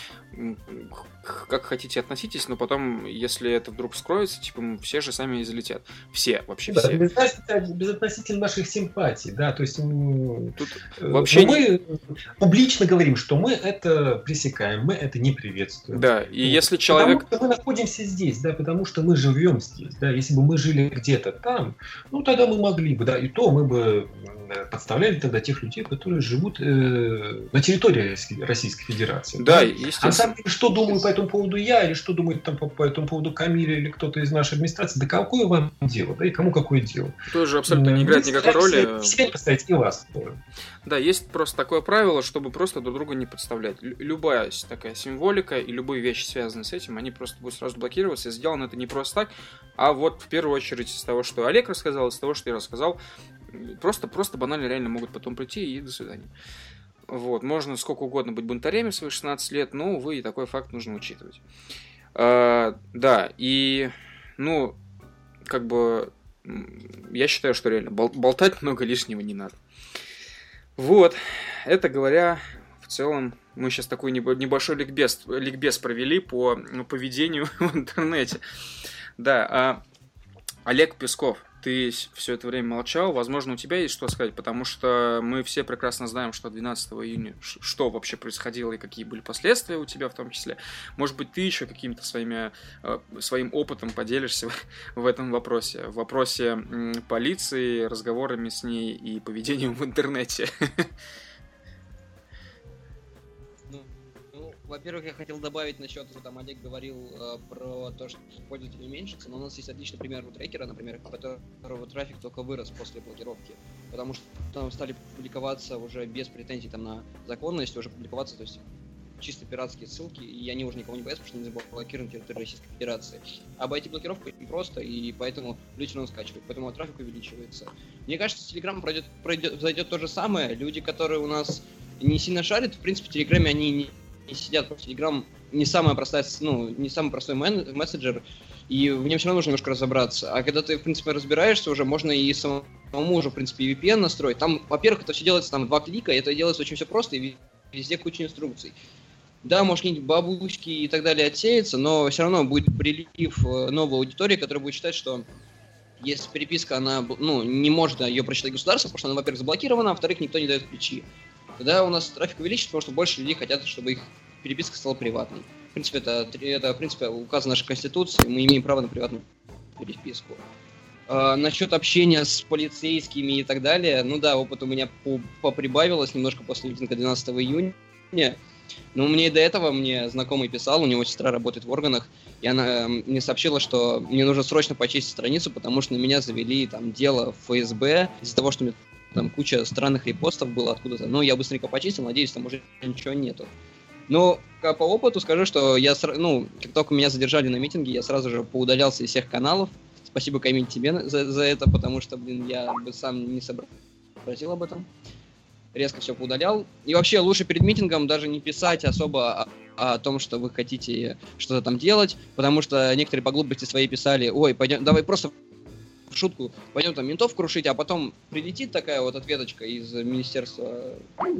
Speaker 1: Как хотите относитесь, но потом, если это вдруг вскроется, типа, все же сами и залетят. Все, вообще
Speaker 2: да,
Speaker 1: все.
Speaker 2: Безотносительно наших симпатий, да, то есть
Speaker 1: тут вообще
Speaker 2: мы публично говорим, что мы это пресекаем, мы это не приветствуем.
Speaker 1: Да, и если человек...
Speaker 2: Потому что мы находимся здесь, да, потому что мы живем здесь, да, если бы мы жили где-то там, ну, тогда мы могли бы, да, и то мы бы подставляли тогда тех людей, которые живут на территории Российской Федерации.
Speaker 1: Да,
Speaker 2: да?
Speaker 1: естественно.
Speaker 2: А на самом деле, что думаю по этому поводу я, или что думает там по этому поводу Камиль или кто-то из нашей администрации, да какое вам дело, да и кому какое дело.
Speaker 1: Тоже абсолютно не играет никакой роли.
Speaker 2: Себя поставить и вас тоже.
Speaker 1: Да, есть просто такое правило, чтобы просто друг друга не подставлять. Любая такая символика и любые вещи, связанные с этим, они просто будут сразу блокироваться. И сделано это не просто так, а вот в первую очередь из того, что Олег рассказал, из того, что я рассказал, просто банально реально могут потом прийти и до свидания. Вот, можно сколько угодно быть бунтарями в свои 16 лет, но, увы, и такой факт нужно учитывать. Да, и, ну, как бы, я считаю, что реально болтать много лишнего не надо. Вот, это говоря, в целом, мы сейчас такой небольшой ликбез провели по поведению в интернете. Да, Олег Песков, ты все это время молчал, возможно, у тебя есть что сказать, потому что мы все прекрасно знаем, что 12 июня, что вообще происходило и какие были последствия у тебя в том числе. Может быть, ты еще каким-то своим опытом поделишься в этом вопросе, в вопросе полиции, разговорами с ней и поведением в интернете.
Speaker 3: Во-первых, я хотел добавить насчет, там Олег говорил про то, что пользователи уменьшатся, но у нас есть отличный пример у трекера, например, у которого трафик только вырос после блокировки, потому что там стали публиковаться уже без претензий там, на законность, уже публиковаться, то есть чисто пиратские ссылки, и они уже никого не боятся, потому что они заблокированы территорию Российской Федерации. Обойти блокировку не просто, и поэтому люди все равно скачивают, поэтому трафик увеличивается. Мне кажется, в Telegram произойдет то же самое. Люди, которые у нас не сильно шарят, в принципе, в Телеграме они не сидят, потому что Telegram не самый простой мессенджер, и в нем все равно нужно немножко разобраться. А когда ты, в принципе, разбираешься уже, можно и самому уже, в принципе, VPN настроить. Там, во-первых, это все делается там 2 клика, и это делается очень все просто, и везде куча инструкций. Да, может, какие-нибудь бабушки и так далее отсеется, но все равно будет прилив новой аудитории, которая будет считать, что если переписка, она, не может ее прочитать государство, потому что она, во-первых, заблокирована, а во-вторых, никто не дает ключи. Тогда у нас трафик увеличится, потому что больше людей хотят, чтобы их переписка стала приватной. В принципе, это в принципе, указано в нашей Конституции, мы имеем право на приватную переписку. Насчет общения с полицейскими и так далее, ну да, опыт у меня поприбавилось немножко после митинга 12 июня. Но мне и до этого мне знакомый писал, у него сестра работает в органах, и она мне сообщила, что мне нужно срочно почистить страницу, потому что на меня завели там дело в ФСБ из-за того, что мне там куча странных репостов было откуда-то. Но я быстренько почистил, надеюсь, там уже ничего нету. Но по опыту скажу, что как только меня задержали на митинге, я сразу же поудалялся из всех каналов. Спасибо, Камиль, тебе за это, потому что, я бы сам не сообразил об этом. Резко все поудалял. И вообще лучше перед митингом даже не писать особо о том, что вы хотите что-то там делать, потому что некоторые по глупости своей писали: ой, пойдем, давай просто в шутку, пойдем там ментов крушить, а потом прилетит такая вот ответочка из министерства,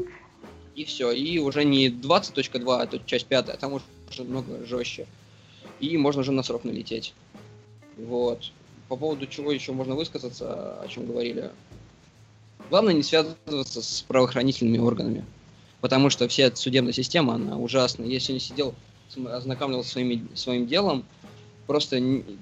Speaker 3: и все. И уже не 20.2, а то часть 5, а там уже много жестче. И можно уже на срок налететь. Вот. По поводу чего еще можно высказаться, о чем говорили. Главное не связываться с правоохранительными органами, потому что вся судебная система, она ужасна. Если не сидел, ознакомливался своим делом, просто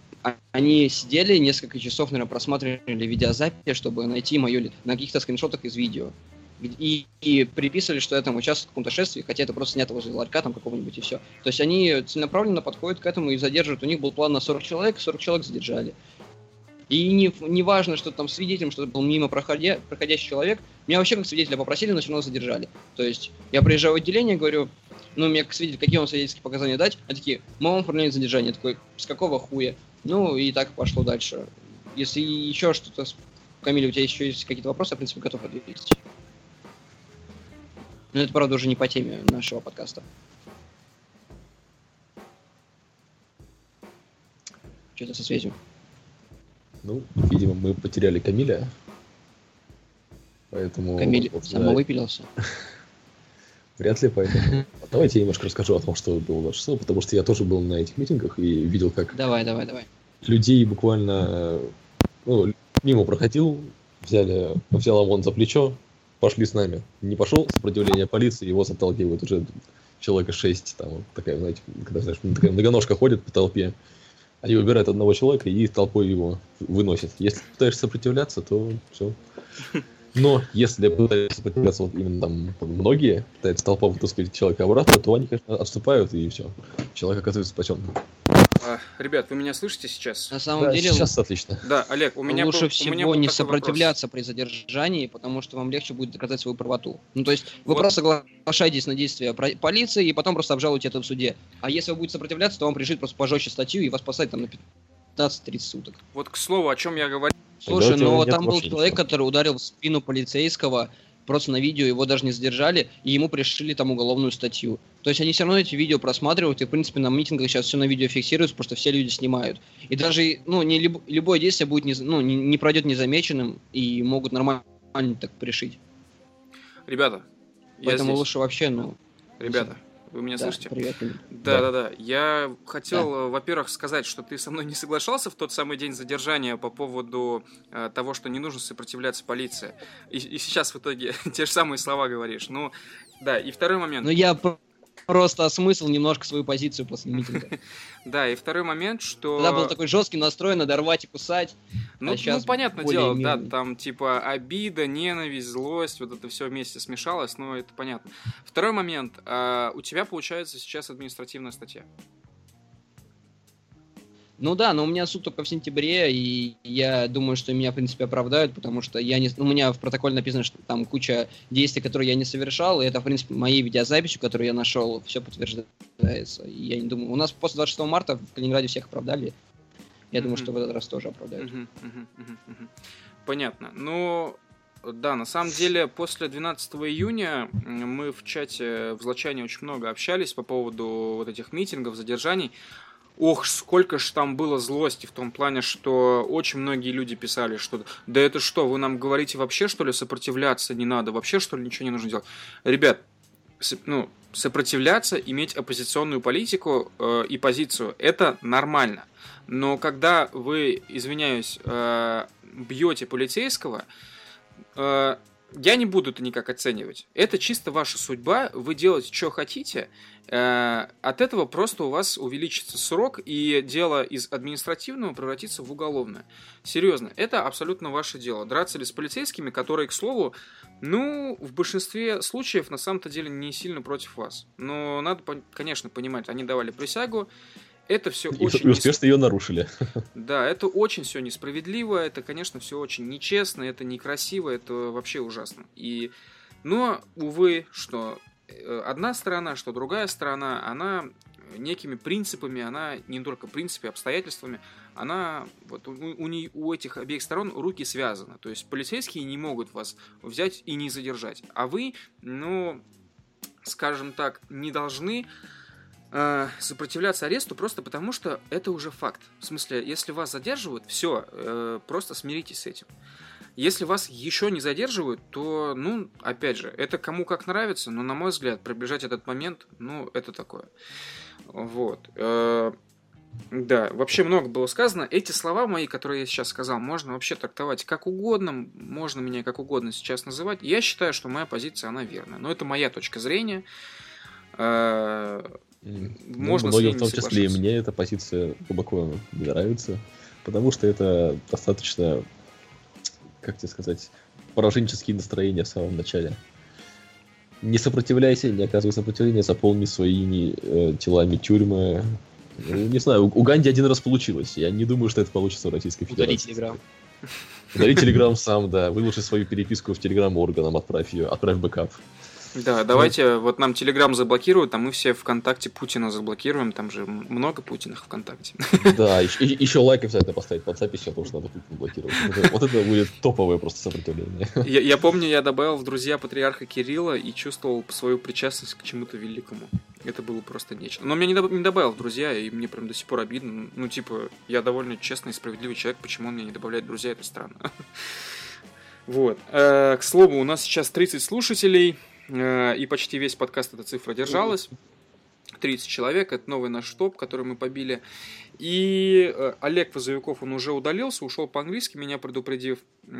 Speaker 3: они сидели несколько часов, наверное, просматривали видеозапись, чтобы найти мое на каких-то скриншотах из видео. И приписывали, что я там участвую в каком-то шествии, хотя это просто снято возле ларька там какого-нибудь и все. То есть они целенаправленно подходят к этому и задерживают. У них был план на 40 человек задержали. И не важно, что там свидетелем, что это был мимо проходящий человек. Меня вообще как свидетеля попросили, но все равно задержали. То есть я приезжаю в отделение, говорю, ну, мне как свидетель, какие вам свидетельские показания дать? Они такие, мы вам оформляем задержание. Я такой, с какого хуя? Ну, и так пошло дальше. Если еще что-то... Камиль, у тебя еще есть какие-то вопросы, я, в принципе, готов ответить. Но это, правда, уже не по теме нашего подкаста. Что-то со связью.
Speaker 4: Ну, видимо, мы потеряли Камиля. Поэтому...
Speaker 3: Камиль самовыпилился.
Speaker 4: Вряд ли, поэтому... Давайте я немножко расскажу о том, что было 26-го, потому что я тоже был на этих митингах и видел, как...
Speaker 3: Давай.
Speaker 4: Людей буквально... Ну, мимо проходил, взял ОМОН за плечо, пошли с нами. Не пошел, сопротивление полиции, его заталкивают уже человека 6, там вот такая, знаете, когда, знаешь, такая многоножка ходит по толпе, они выбирают одного человека и толпой его выносят. Если пытаешься сопротивляться, то все. Но если пытаются сопротивляться вот именно там многие, пытается толпа вытаскивать человека обратно, то они, конечно, отступают, и все. Человек оказывается спасенным.
Speaker 1: Ребят, вы меня слышите сейчас?
Speaker 3: На самом деле...
Speaker 4: Сейчас отлично.
Speaker 1: Да, Олег,
Speaker 3: лучше всего не сопротивляться при задержании, потому что вам легче будет доказать свою правоту. Ну, то есть вы просто соглашаетесь на действия полиции и потом просто обжалуете это в суде. А если вы будете сопротивляться, то вам пришить просто пожестче статью и вас посадят там на 15-30 суток.
Speaker 1: Вот к слову, о чем я говорил.
Speaker 3: Слушай, но там был человек, который ударил в спину полицейского, просто на видео его даже не задержали, и ему пришили там уголовную статью. То есть они все равно эти видео просматривают, и, в принципе, на митингах сейчас все на видео фиксируется, потому что все люди снимают. И даже, ну, любое действие будет не пройдет незамеченным, и могут нормально так пришить.
Speaker 1: Ребята,
Speaker 3: поэтому лучше вообще,
Speaker 1: Ребята, вы меня слышите?
Speaker 3: Привет.
Speaker 1: Да. Я хотел, во-первых, сказать, что ты со мной не соглашался в тот самый день задержания по поводу того, что не нужно сопротивляться полиции. И сейчас в итоге те же самые слова говоришь. Ну, да, и второй момент.
Speaker 3: Ну, я просто осмыслил немножко свою позицию после митинга.
Speaker 1: Да, и второй момент, что...
Speaker 3: Тогда был такой жесткий настрой, надо рвать и кусать.
Speaker 1: Ну, понятное дело, да, там типа обида, ненависть, злость, вот это все вместе смешалось, но это понятно. Второй момент, у тебя получается сейчас административная статья.
Speaker 3: Ну да, но у меня суд только в сентябре, и я думаю, что меня, в принципе, оправдают, потому что у меня в протоколе написано, что там куча действий, которые я не совершал, и это, в принципе, моей видеозаписью, которую я нашел, все подтверждается. И я не думаю, у нас после 26 марта в Калининграде всех оправдали. Я думаю, что в этот раз тоже оправдают.
Speaker 1: Понятно. Ну, да, на самом деле, после 12 июня мы в чате в Злочане очень много общались по поводу вот этих митингов, задержаний. Ох, сколько ж там было злости в том плане, что очень многие люди писали, что да это что, вы нам говорите вообще, что ли, сопротивляться не надо, вообще, что ли, ничего не нужно делать. Ребят, сопротивляться, иметь оппозиционную политику и позицию, это нормально. Но когда вы, извиняюсь, бьете полицейского, я не буду это никак оценивать. Это чисто ваша судьба, вы делаете, что хотите. От этого просто у вас увеличится срок, и дело из административного превратится в уголовное. Серьезно, это абсолютно ваше дело. Драться ли с полицейскими, которые, к слову, в большинстве случаев на самом-то деле не сильно против вас. Но надо, конечно, понимать, они давали присягу. Это все очень...
Speaker 4: И успешно ее нарушили.
Speaker 1: Да, это очень все несправедливо, это, конечно, все очень нечестно, это некрасиво, это вообще ужасно. Но, увы, что одна сторона, что другая сторона, она некими принципами, она не только принципами, обстоятельствами, она, вот у этих обеих сторон руки связаны. То есть полицейские не могут вас взять и не задержать. А вы, скажем так, не должны... сопротивляться аресту просто потому, что это уже факт. В смысле, если вас задерживают, все, просто смиритесь с этим. Если вас еще не задерживают, то, опять же, это кому как нравится, но, на мой взгляд, приближать этот момент, это такое. Вот. Да, вообще много было сказано. Эти слова мои, которые я сейчас сказал, можно вообще трактовать как угодно, можно меня как угодно сейчас называть. Я считаю, что моя позиция, она верная. Но это моя точка зрения. Можно
Speaker 4: многим, в том числе и мне, эта позиция глубоко не нравится, потому что это достаточно, как тебе сказать, пораженческие настроения в самом начале. Не сопротивляйся, не оказывай сопротивления, заполни своими телами тюрьмы, Не знаю, у Ганди один раз получилось. Я не думаю, что это получится в Российской
Speaker 3: Удали
Speaker 4: Федерации.
Speaker 3: Телеграм.
Speaker 4: Удали Телеграм сам, да. Выложи свою переписку в Телеграм органам, отправь бэкап.
Speaker 1: Да, давайте, вот нам Телеграм заблокируют, а мы все ВКонтакте Путина заблокируем, там же много Путиных ВКонтакте.
Speaker 4: Да, еще лайк обязательно поставить под записью, потому что надо Путина блокировать. Вот это будет топовое просто сопротивление.
Speaker 1: Я помню, я добавил в друзья патриарха Кирилла и чувствовал свою причастность к чему-то великому. Это было просто нечто. Но меня не добавил в друзья, и мне прям до сих пор обидно. Ну, типа, я довольно честный и справедливый человек, почему он меня не добавляет в друзья, это странно. Вот. К слову, у нас сейчас 30 слушателей, и почти весь подкаст эта цифра держалась. 30 человек, это новый наш топ, который мы побили. И Олег Возовиков, он уже удалился, ушел по-английски, меня предупредив.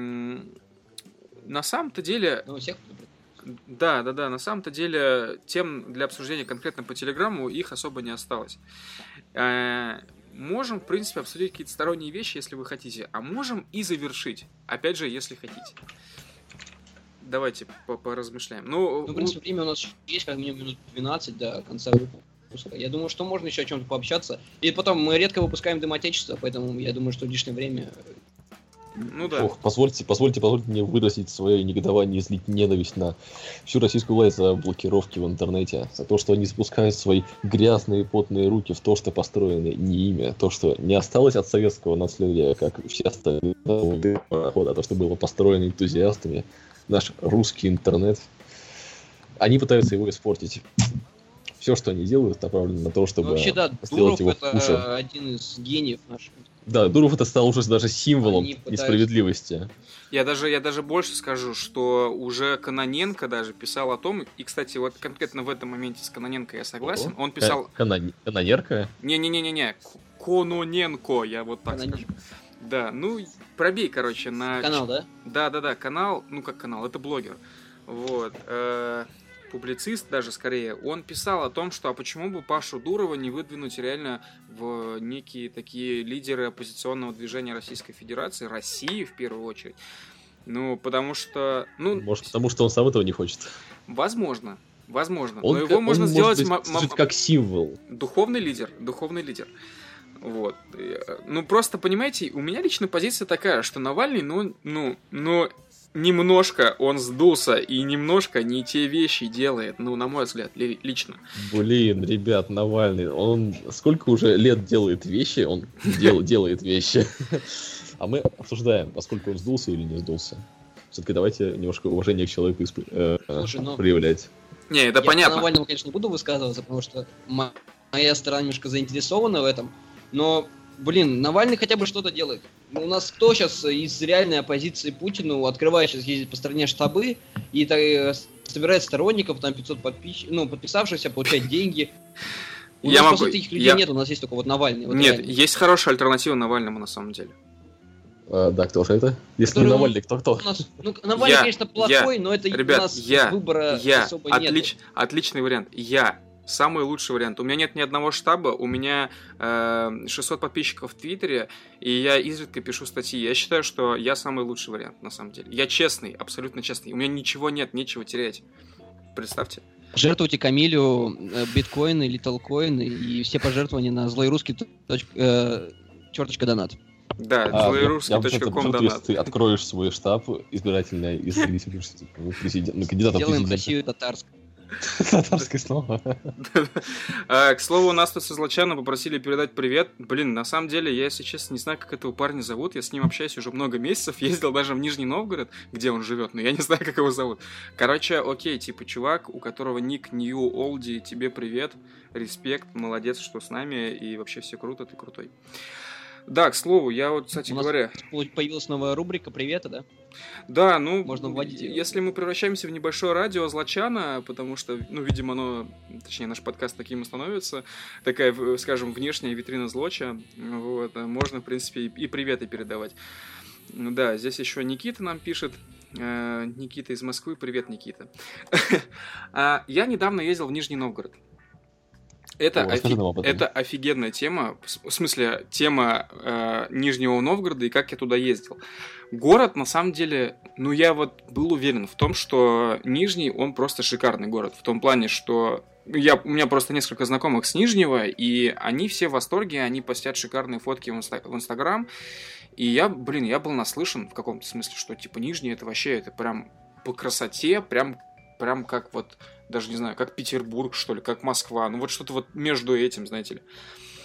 Speaker 1: На самом-то деле... Да, на самом-то деле тем для обсуждения конкретно по Телеграмму их особо не осталось. Можем, в принципе, обсудить какие-то сторонние вещи, если вы хотите, а можем и завершить, опять же, если хотите. Давайте поразмышляем. Ну,
Speaker 3: в принципе, время у нас есть как минимум минут 12 до конца выпуска. Я думаю, что можно еще о чем-то пообщаться. И потом мы редко выпускаем Дым Отечества, поэтому я думаю, что лишнее время...
Speaker 1: Ну да.
Speaker 4: Ох, позвольте мне выразить свое негодование и злить ненависть на всю российскую власть за блокировки в интернете, за то, что они спускают свои грязные потные руки в то, что построено не ими, то, что не осталось от советского наследия, как все остальные пароходы, а то, что было построено энтузиастами, наш русский интернет. Они пытаются его испортить. Все, что они делают, направлено на то, чтобы
Speaker 3: вообще, да,
Speaker 1: Дуров
Speaker 4: сделать его
Speaker 3: это
Speaker 4: хуже.
Speaker 3: один из гениев наших.
Speaker 4: Да, Дуров это стал уже даже символом несправедливости.
Speaker 1: Я даже больше скажу, что уже Кононенко даже писал о том, и, кстати, вот конкретно в этом моменте с Кононенко я согласен, он писал...
Speaker 4: Канонерка?
Speaker 1: Не-не-не-не, Кононенко, я вот так скажу. Да, ну, пробей, короче, на...
Speaker 3: Канал, да?
Speaker 1: Да, канал, ну как канал, это блогер. Вот, публицист даже скорее, он писал о том, что а почему бы Пашу Дурова не выдвинуть реально в некие такие лидеры оппозиционного движения Российской Федерации, России в первую очередь. Ну, потому что... Ну,
Speaker 4: может, потому что он сам этого не хочет.
Speaker 1: Возможно. Но его можно сделать...
Speaker 4: как символ.
Speaker 1: Духовный лидер. Вот. Ну, просто, понимаете, у меня лично позиция такая, что Навальный, немножко он сдулся и немножко не те вещи делает, ну, на мой взгляд, лично.
Speaker 4: Блин, ребят, Навальный, он сколько уже лет делает вещи, он делает вещи. А мы обсуждаем, поскольку он сдулся или не сдулся. Все-таки давайте немножко уважения к человеку проявлять.
Speaker 1: Не, это понятно.
Speaker 3: Я по Навальному, конечно, не буду высказываться, потому что моя сторона немножко заинтересована в этом, но... Блин, Навальный хотя бы что-то делает. У нас кто сейчас из реальной оппозиции Путину открывает сейчас ездить по стране штабы и собирает сторонников, там 500 подписавшихся, получает деньги. У нас, по сути, этих людей нет, у нас есть только вот Навальный. Вот
Speaker 1: нет,
Speaker 3: реально.
Speaker 1: Есть хорошая альтернатива Навальному на самом деле.
Speaker 4: Да, кто же это? Если не Навальный, кто?
Speaker 3: Навальный, конечно, плохой, но это ребят, у нас выбора особо нет.
Speaker 1: Отличный вариант. Самый лучший вариант. У меня нет ни одного штаба, у меня 600 подписчиков в Твиттере, и я изредка пишу статьи. Я считаю, что я самый лучший вариант, на самом деле. Я честный, абсолютно честный. У меня ничего нет, нечего терять. Представьте.
Speaker 3: Жертвуйте Камилю биткоины, литлкоины и все пожертвования на злоерусский.донат.
Speaker 1: Да, злоерусский.ком донат.
Speaker 4: Если ты откроешь свой штаб избирательный и кандидата в президента.
Speaker 3: Сделаем Россию татарской.
Speaker 4: Татарское слово.
Speaker 1: К слову, нас тут со Злочана попросили передать привет. Блин, на самом деле, я, если честно, не знаю, как этого парня зовут. Я с ним общаюсь уже много месяцев. Ездил даже в Нижний Новгород, где он живет, но я не знаю, как его зовут. Короче, окей, типа, чувак, у которого ник New Oldie, тебе привет, респект, молодец, что с нами, и вообще все круто, ты крутой. Да, к слову, я вот, кстати говоря...
Speaker 3: Появилась новая рубрика «Привета», да?
Speaker 1: Да, ну,
Speaker 3: можно вводить ее.
Speaker 1: Если мы превращаемся в небольшое радио Злочана, потому что, ну, видимо, точнее, наш подкаст таким и становится, такая, скажем, внешняя витрина Злоча, вот, можно, в принципе, и приветы передавать. Да, здесь еще Никита нам пишет. Никита из Москвы. Привет, Никита. Я недавно ездил в Нижний Новгород. Это офигенная тема, в смысле, тема Нижнего Новгорода и как я туда ездил. Город, на самом деле, ну, я вот был уверен в том, что Нижний, он просто шикарный город. В том плане, что У меня просто несколько знакомых с Нижнего, и они все в восторге, они постят шикарные фотки в Инстаграм. И я был наслышан в каком-то смысле, что типа Нижний это вообще, это прям по красоте, прям как вот, даже не знаю, как Петербург, что ли, как Москва. Ну вот что-то вот между этим, знаете ли.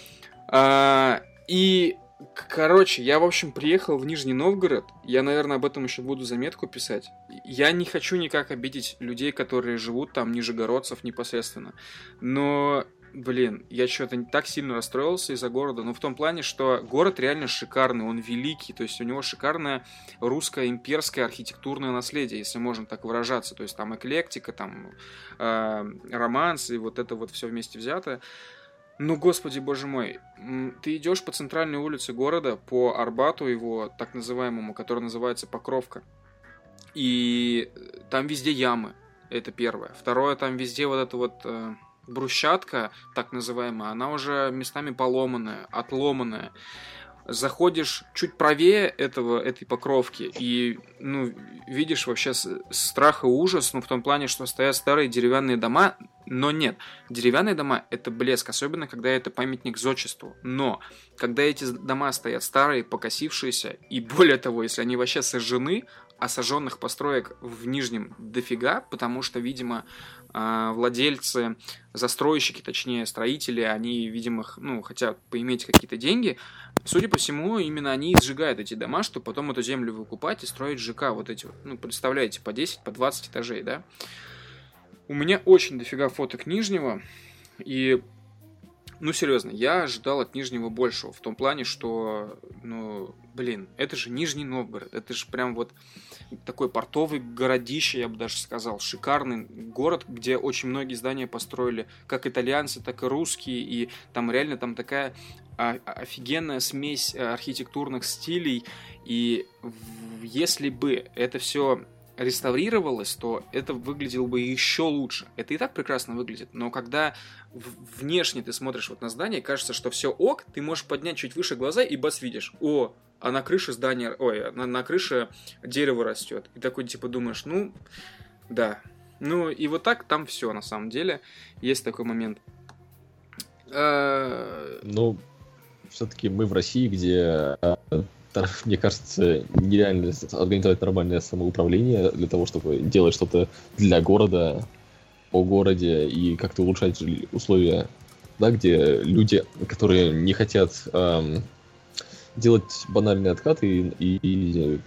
Speaker 1: Короче, я, в общем, приехал в Нижний Новгород. Я, наверное, об этом еще буду заметку писать. Я не хочу никак обидеть людей, которые живут там, нижегородцев непосредственно. Но, я что-то так сильно расстроился из-за города. Но в том плане, что город реально шикарный, он великий. То есть у него шикарное русское имперское архитектурное наследие, если можно так выражаться. То есть там эклектика, там романс и вот это вот все вместе взятое. Ну, господи, боже мой, ты идешь по центральной улице города, по Арбату его, так называемому, который называется Покровка, и там везде ямы, это первое. Второе, там везде вот эта вот брусчатка, так называемая, она уже местами поломанная, отломанная. Заходишь чуть правее этой Покровки и, видишь вообще страх и ужас, в том плане, что стоят старые деревянные дома, но нет, деревянные дома – это блеск, особенно когда это памятник зодчеству. Но когда эти дома стоят старые, покосившиеся, и более того, если они вообще сожжены, а сожженных построек в Нижнем дофига, потому что, видимо, владельцы, застройщики, точнее, строители, они, видимо, хотят поиметь какие-то деньги. Судя по всему, именно они и сжигают эти дома, чтобы потом эту землю выкупать и строить ЖК вот эти вот. Представляете, по 10, по 20 этажей, да? У меня очень дофига фоток Нижнего, и, серьезно, я ожидал от Нижнего большего, в том плане, что, это же Нижний Новгород, это же прям вот такой портовый городище, я бы даже сказал, шикарный город, где очень многие здания построили как итальянцы, так и русские, и там реально там такая офигенная смесь архитектурных стилей, и если бы это все реставрировалось, то это выглядело бы еще лучше. Это и так прекрасно выглядит, но когда внешне ты смотришь вот на здание, кажется, что все ок, ты можешь поднять чуть выше глаза и бац, видишь, а на крыше здания, на крыше дерево растет. И такой типа думаешь, да. И вот так там все на самом деле. Есть такой момент.
Speaker 4: Все-таки мы в России, где, мне кажется, нереально организовать нормальное самоуправление для того, чтобы делать что-то для города, о городе и как-то улучшать условия, да, где люди, которые не хотят делать банальные откаты и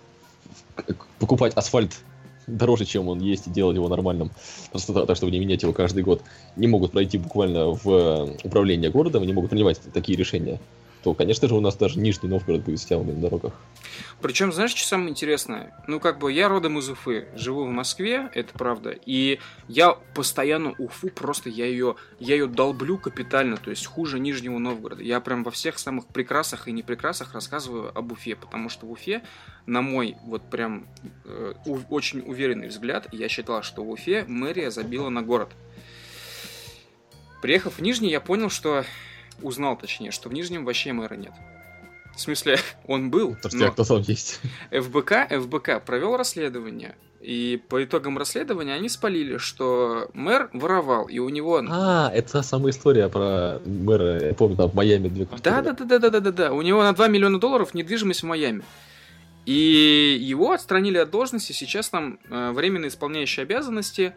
Speaker 4: покупать асфальт дороже, чем он есть, и делать его нормальным, просто так, чтобы не менять его каждый год, не могут пройти буквально в управление городом, не могут принимать такие решения, то, конечно же, у нас даже Нижний Новгород будет с ямами на дорогах.
Speaker 1: Причем, знаешь, что самое интересное? Я родом из Уфы, живу в Москве, это правда, и я постоянно Уфу, просто я ее долблю капитально, то есть хуже Нижнего Новгорода. Я прям во всех самых прекрасах и непрекрасах рассказываю об Уфе, потому что в Уфе, на мой очень уверенный взгляд, я считал, что в Уфе мэрия забила на город. Приехав в Нижний, я узнал, что в Нижнем вообще мэра нет. В смысле, он был, но
Speaker 4: кто там есть?
Speaker 1: ФБК провел расследование, и по итогам расследования они спалили, что мэр воровал, и у него...
Speaker 4: это та самая история про мэра, я помню, там в Майами 2 квартиры.
Speaker 1: Да, у него на $2 миллиона недвижимость в Майами. И его отстранили от должности, сейчас там временно исполняющий обязанности,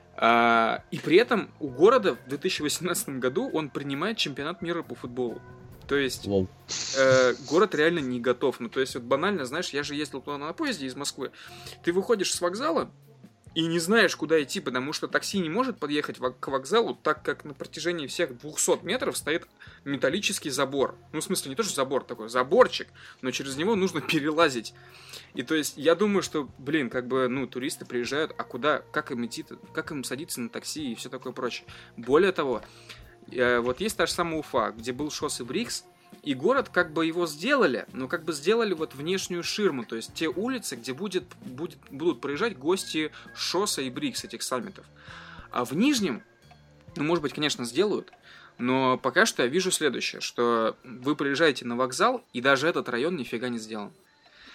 Speaker 1: и при этом у города в 2018 году он принимает чемпионат мира по футболу. То есть город реально не готов. То есть банально, знаешь, я же ездил туда на поезде из Москвы. Ты выходишь с вокзала и не знаешь, куда идти, потому что такси не может подъехать к вокзалу, так как на протяжении всех 200 метров стоит металлический забор. В смысле, не то, что забор такой, заборчик, но через него нужно перелазить. И то есть я думаю, что, туристы приезжают, а куда, как им идти, как им садиться на такси и все такое прочее. Более того, вот есть та же самая Уфа, где был шоссе Брикс, и город его сделали, но сделали внешнюю ширму, то есть те улицы, где будут проезжать гости шоссе и Брикс этих саммитов. А в Нижнем, может быть, конечно, сделают, но пока что я вижу следующее, что вы приезжаете на вокзал, и даже этот район нифига не сделан.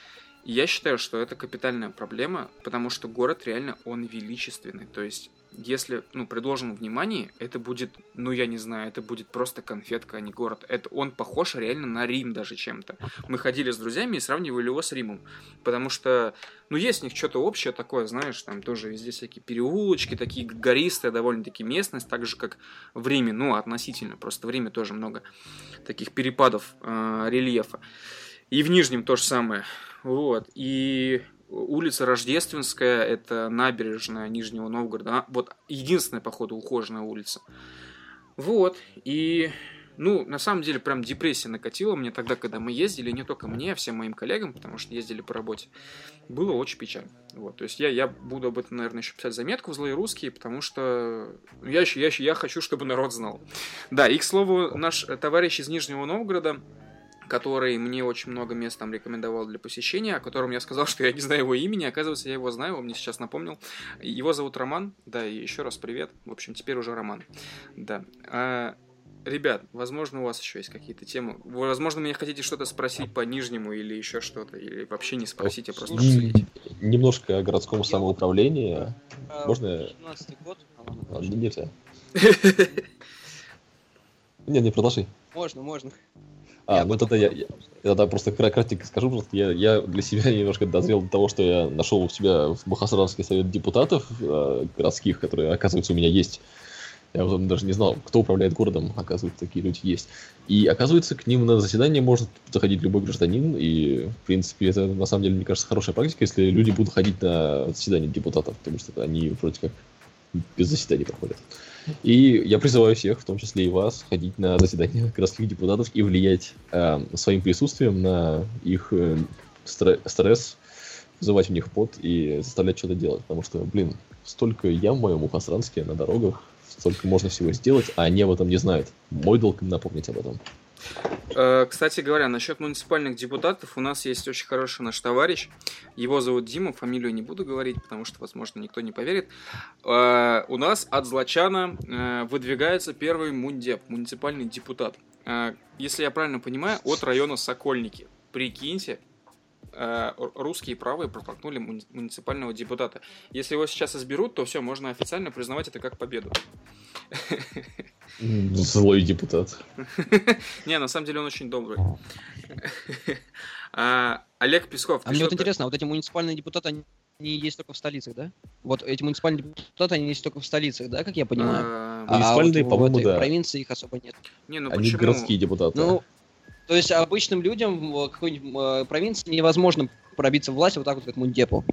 Speaker 1: И я считаю, что это капитальная проблема, потому что город реально, он величественный. То есть, если, при должном внимании, это будет, я не знаю, это будет просто конфетка, а не город. Он похож реально на Рим даже чем-то. Мы ходили с друзьями и сравнивали его с Римом. Потому что, есть у них что-то общее такое, знаешь, там тоже везде всякие переулочки, такие гористые довольно-таки местность, так же, как в Риме, относительно. Просто в Риме тоже много таких перепадов рельефа. И в Нижнем то же самое. Вот. И улица Рождественская, это набережная Нижнего Новгорода. Вот единственная, походу, ухоженная улица. Вот. И, на самом деле, прям депрессия накатила мне тогда, когда мы ездили, не только мне, а всем моим коллегам, потому что ездили по работе. Было очень печально. Вот. То есть я буду об этом, наверное, еще писать заметку в «Злые русские», потому что я хочу, чтобы народ знал. Да, и, к слову, наш товарищ из Нижнего Новгорода, который мне очень много мест там рекомендовал для посещения, о котором я сказал, что я не знаю его имени, оказывается, я его знаю, он мне сейчас напомнил. Его зовут Роман, да, и еще раз привет, в общем, теперь уже Роман, да. Ребят, возможно, у вас еще есть какие-то темы, возможно, меня хотите что-то спросить по Нижнему или еще что-то, или вообще не спросить, а просто обсудить.
Speaker 4: Немножко о городском самоуправлении, можно...
Speaker 3: 17-й год?
Speaker 4: Нельзя. Не, продолжи.
Speaker 3: Можно.
Speaker 4: Тогда просто кратенько скажу, просто я для себя немножко дозрел до того, что я нашел у себя в Мухосранске совет депутатов городских, которые, оказывается, у меня есть. Я вот даже не знал, кто управляет городом, оказывается, такие люди есть. И, оказывается, к ним на заседание может заходить любой гражданин, и, в принципе, это, на самом деле, мне кажется, хорошая практика, если люди будут ходить на заседание депутатов, потому что они вроде как без заседаний проходят. И я призываю всех, в том числе и вас, ходить на заседания городских депутатов и влиять своим присутствием на их стресс, вызывать у них пот и заставлять что-то делать. Потому что, столько ям в моем Мухосранске на дорогах, столько можно всего сделать, а они об этом не знают. Мой долг напомнить об этом.
Speaker 1: Кстати говоря, насчет муниципальных депутатов у нас есть очень хороший наш товарищ. Его зовут Дима, фамилию не буду говорить, потому что, возможно, никто не поверит. У нас от Злачана выдвигается первый муниципальный депутат. Если я правильно понимаю, от района Сокольники. Прикиньте, русские правые протолкнули муниципального депутата. Если его сейчас изберут, то все, можно официально признавать это как победу.
Speaker 4: Злой депутат.
Speaker 1: Не, на самом деле он очень добрый. Олег Песков.
Speaker 3: Мне вот интересно, вот эти муниципальные депутаты, они есть только в столицах, да? Вот эти муниципальные депутаты, они есть только в столицах, да, как я понимаю?
Speaker 4: Муниципальные, по-моему, да.
Speaker 3: В провинции их особо нет.
Speaker 4: Они городские депутаты.
Speaker 3: То есть обычным людям в какой-нибудь провинции невозможно пробиться в власть вот так вот, как Мундепу.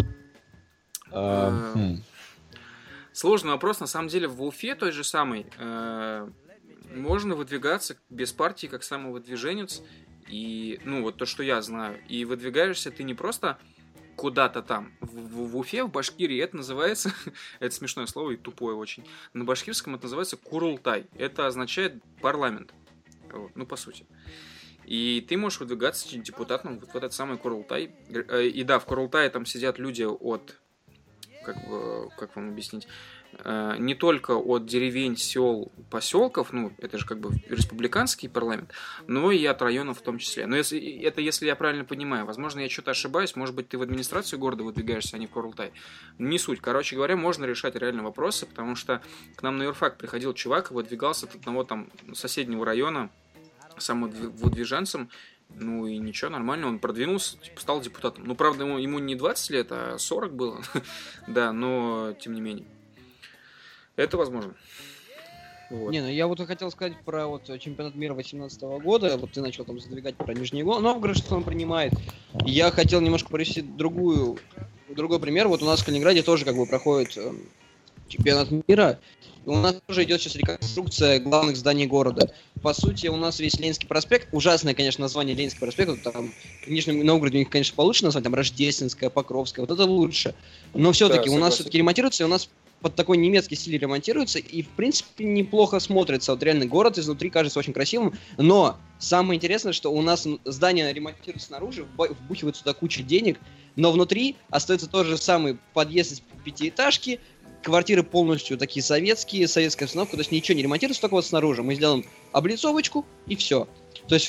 Speaker 1: Сложный вопрос. На самом деле в Уфе той же самой можно выдвигаться без партии как самовыдвиженец. И, вот то, что я знаю. И выдвигаешься ты не просто куда-то там. В Уфе, в Башкирии это называется, это смешное слово и тупое очень, на башкирском это называется курултай. Это означает парламент. По сути. И ты можешь выдвигаться депутатом вот в этот самый Курултай. И да, в Курултае там сидят люди от, как вам объяснить, не только от деревень, сел, поселков, это же как бы республиканский парламент, но и от районов в том числе. Но если я правильно понимаю, возможно, я что-то ошибаюсь, может быть, ты в администрацию города выдвигаешься, а не в Курултай. Не суть. Короче говоря, можно решать реально вопросы, потому что к нам на юрфак приходил чувак, выдвигался от одного там соседнего района, самовыдвиженцем, и ничего, нормально, он продвинулся, стал депутатом. Правда, ему не 20 лет, а 40 было, да, но тем не менее. Это возможно. Вот.
Speaker 3: Я вот хотел сказать про чемпионат мира 2018 года, вот ты начал там задвигать про Нижний Новгород, что он принимает. Я хотел немножко привести другой пример, вот у нас в Калининграде тоже как бы проходит чемпионат мира. У нас тоже идет сейчас реконструкция главных зданий города. По сути, у нас весь Ленинский проспект, ужасное, конечно, название Ленинский проспект, там в Нижнем Новгороде у них, конечно, получше назвать, там Рождественская, Покровская, вот это лучше. Но все-таки у нас все-таки ремонтируется, и у нас под такой немецкий стиль ремонтируется, и, в принципе, неплохо смотрится. Вот реально город изнутри кажется очень красивым, но самое интересное, что у нас здание ремонтируется снаружи, вбухивает сюда куча денег, но внутри остается тот же самый подъезд из пятиэтажки, квартиры полностью такие советские, советская обстановка, то есть ничего не ремонтируется, только вот снаружи. Мы сделаем облицовочку и все. То есть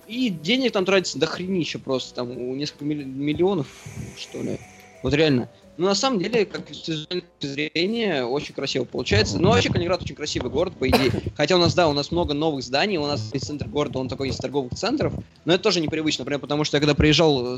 Speaker 3: И денег там тратится до хренища просто, там у нескольких миллионов, что ли. Вот реально. Но на самом деле, как с визуальной точки зрения, очень красиво получается. Ну, вообще, Калининград очень красивый город, по идее. Хотя у нас много новых зданий, у нас весь центр города, он такой из торговых центров. Но это тоже непривычно, например, потому что я когда приезжал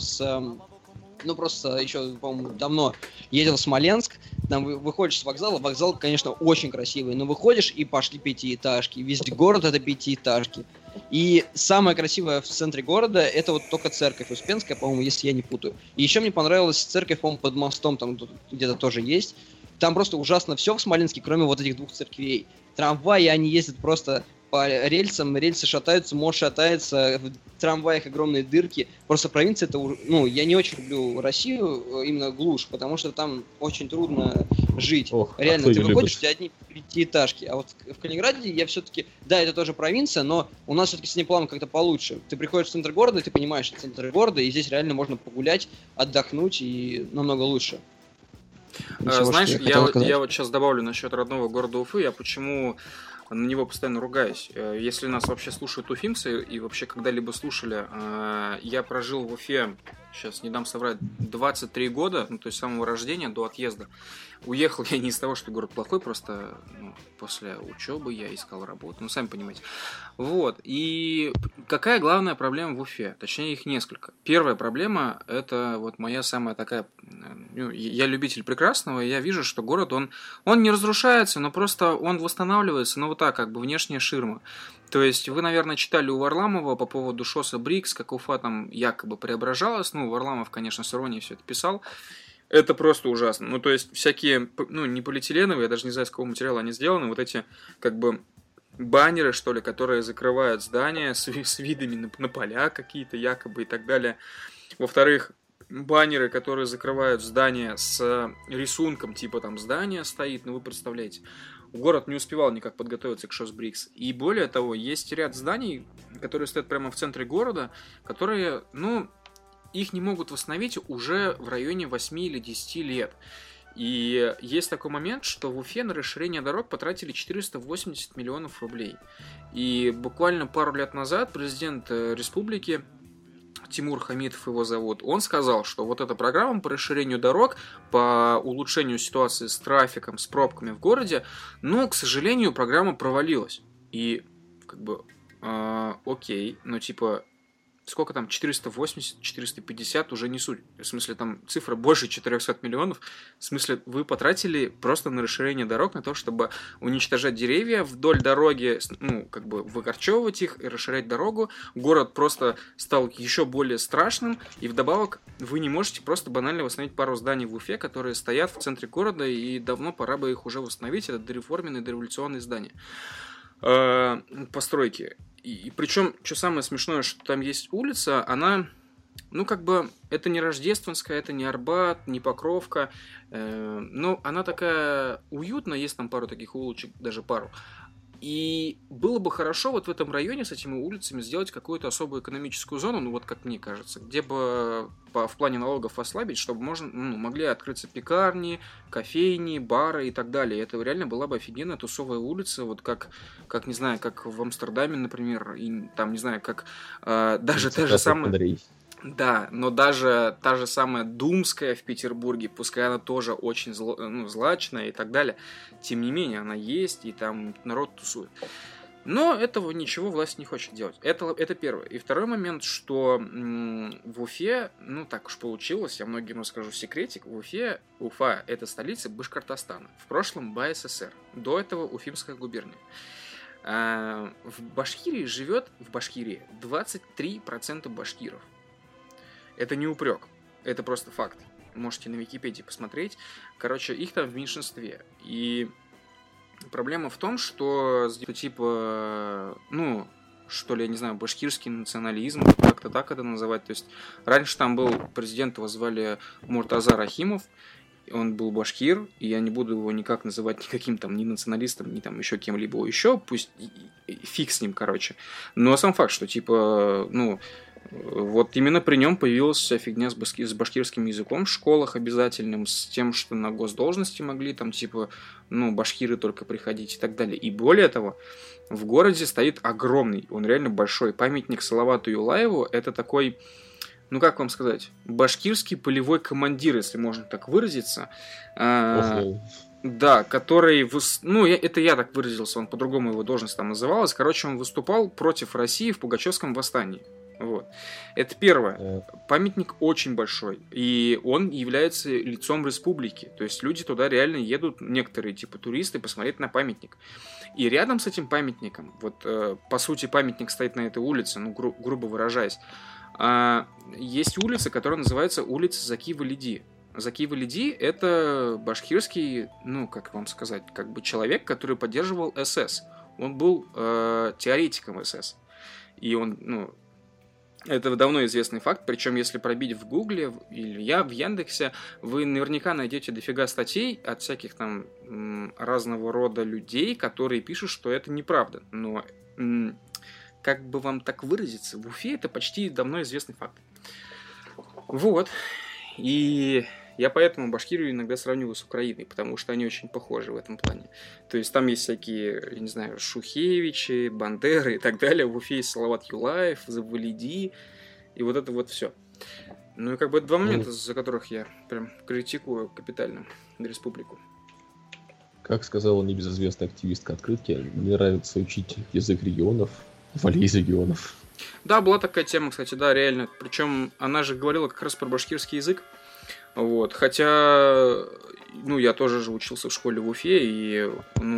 Speaker 3: ну, просто еще, по-моему, давно ездил в Смоленск, там выходишь с вокзала, вокзал, конечно, очень красивый, но выходишь и пошли пятиэтажки, весь город это пятиэтажки. И самое красивое в центре города это вот только церковь Успенская, по-моему, если я не путаю. И еще мне понравилась церковь, по-моему, под мостом, там где-то тоже есть. Там просто ужасно все в Смоленске, кроме вот этих двух церквей. Трамваи, они ездят просто по рельсам, рельсы шатаются, мост шатается, в трамваях огромные дырки. Просто провинция это, ну, я не очень люблю Россию, именно глушь, потому что там очень трудно жить.
Speaker 4: Ох,
Speaker 3: реально, ты выходишь, у тебя одни пятиэтажки. А вот в Калининграде я все-таки, да, это тоже провинция, но у нас все-таки с ней планом как-то получше. Ты приходишь в центр города, и ты понимаешь, что центр города, и здесь реально можно погулять, отдохнуть, и намного лучше.
Speaker 1: Знаешь, я вот сейчас добавлю насчет родного города Уфы, я почему на него постоянно ругаюсь. Если нас вообще слушают уфимцы и вообще когда-либо слушали, я прожил в Уфе, сейчас не дам соврать, 23 года, ну, то есть с самого рождения до отъезда. Уехал я не из того, что город плохой, просто после учебы я искал работу, ну, сами понимаете. Вот, и какая главная проблема в Уфе? Точнее, их несколько. Первая проблема, это вот моя самая такая, я любитель прекрасного, и я вижу, что город, он не разрушается, но просто он восстанавливается, но вот так, как бы внешняя ширма. То есть вы, наверное, читали у Варламова по поводу ШОСа БРИКС, как Уфа там якобы преображалась. Ну, Варламов, конечно, с иронией все это писал. Это просто ужасно. Ну, то есть всякие, ну, не полиэтиленовые, я даже не знаю, с какого материала они сделаны, вот эти, как бы, баннеры, что ли, которые закрывают здания с видами на поля какие-то якобы и так далее. Во-вторых, баннеры, которые закрывают здания с рисунком, типа там здание стоит, ну вы представляете. Город не успевал никак подготовиться к ШОС БРИКС. И более того, есть ряд зданий, которые стоят прямо в центре города, которые, ну, их не могут восстановить уже в районе 8 или 10 лет. И есть такой момент, что в Уфе на расширение дорог потратили 480 миллионов рублей. И буквально пару лет назад президент республики, Тимур Хамитов его зовут, он сказал, что вот эта программа по расширению дорог, по улучшению ситуации с трафиком, с пробками в городе, но, к сожалению, программа провалилась. И, как бы, окей, но типа, сколько там, 480, 450 уже не суть. В смысле, там цифра больше 400 миллионов. В смысле, вы потратили просто на расширение дорог, на то, чтобы уничтожать деревья вдоль дороги, ну, как бы выкорчевывать их и расширять дорогу. Город просто стал еще более страшным, и вдобавок вы не можете просто банально восстановить пару зданий в Уфе, которые стоят в центре города, и давно пора бы их уже восстановить. Это дореформенные, дореволюционные здания. Постройки. И причем, что самое смешное, что там есть улица, она, ну, как бы, это не Рождественская, это не Арбат, не Покровка, но она такая уютная, есть там пару таких улочек, даже пару. И было бы хорошо вот в этом районе с этими улицами сделать какую-то особую экономическую зону, ну вот как мне кажется, где бы в плане налогов ослабить, чтобы могли открыться пекарни, кофейни, бары и так далее. Это реально была бы офигенная тусовая улица, вот как не знаю, как в Амстердаме, например, и там, не знаю, как даже та же самая... Да, но даже та же самая Думская в Петербурге, пускай она тоже очень злачная и так далее, тем не менее она есть, и там народ тусует. Но этого ничего власть не хочет делать. Это первое. И второй момент, что в Уфе, ну так уж получилось, я многим расскажу секретик, в Уфе, Уфа – это столица Башкортостана, в прошлом БССР, до этого Уфимская губерния. В Башкирии живет, 23% башкиров. Это не упрек, это просто факт. Можете на Википедии посмотреть. Короче, их там в меньшинстве. И проблема в том, что типа, ну, что ли, я не знаю, башкирский национализм, как-то так это называть. То есть раньше там был президент, его звали Муртаза Рахимов. Он был башкир, и я не буду его никак называть никаким там ни националистом, ни там еще кем-либо еще. Пусть фиг с ним, короче. Но сам факт, что типа, ну... Вот именно при нем появилась вся фигня с башкирским языком в школах обязательным, с тем, что на госдолжности могли там типа, башкиры только приходить и так далее. И более того, в городе стоит огромный, он реально большой памятник Салавату Юлаеву. Это такой, как вам сказать, башкирский полевой командир, если можно так выразиться. Да, который... это я так выразился, он по-другому его должность там называлась. Короче, он выступал против России в Пугачевском восстании. Вот. Это первое. Памятник очень большой. И он является лицом республики. То есть люди туда реально едут, некоторые типа туристы, посмотреть на памятник. И рядом с этим памятником, по сути, памятник стоит на этой улице, грубо выражаясь, есть улица, которая называется улица Заки-Валиди. Заки-Валиди — это башкирский, как вам сказать, человек, который поддерживал СС. Он был теоретиком СС. И он, это давно известный факт, причем если пробить в Гугле или в Яндексе, вы наверняка найдете дофига статей от всяких там разного рода людей, которые пишут, что это неправда. Но как бы вам так выразиться, в Уфе это почти давно известный факт. Вот. И я поэтому Башкирию иногда сравниваю с Украиной, потому что они очень похожи в этом плане. То есть там есть всякие, я не знаю, Шухевичи, Бандеры и так далее. В Уфе есть Салават Юлаев, Завалиди, и вот это вот все. И это два момента, за которых я прям критикую капитально республику.
Speaker 4: Как сказала небезызвестная активистка открытки, мне нравится учить язык регионов, вали из регионов.
Speaker 1: Да, была такая тема, кстати, да, реально. Причем она же говорила как раз про башкирский язык. Вот. Хотя, я тоже же учился в школе в Уфе, и,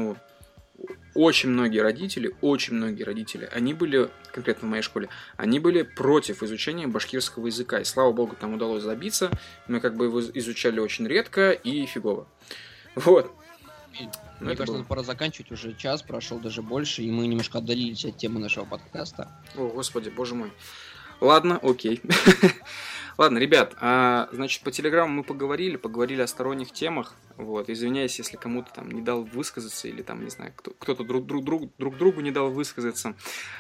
Speaker 1: очень многие родители, они были, конкретно в моей школе, они были против изучения башкирского языка. И, слава богу, там удалось добиться. Мы его изучали очень редко и фигово. Вот.
Speaker 3: Мне кажется, пора заканчивать, уже час прошел, даже больше, и мы немножко отдалились от темы нашего подкаста.
Speaker 1: О, господи, боже мой. Ладно, окей. Ладно, ребят, значит, по Телеграму мы поговорили о сторонних темах. Вот, извиняюсь, если кому-то там не дал высказаться, или там, не знаю, кто-то друг другу не дал высказаться.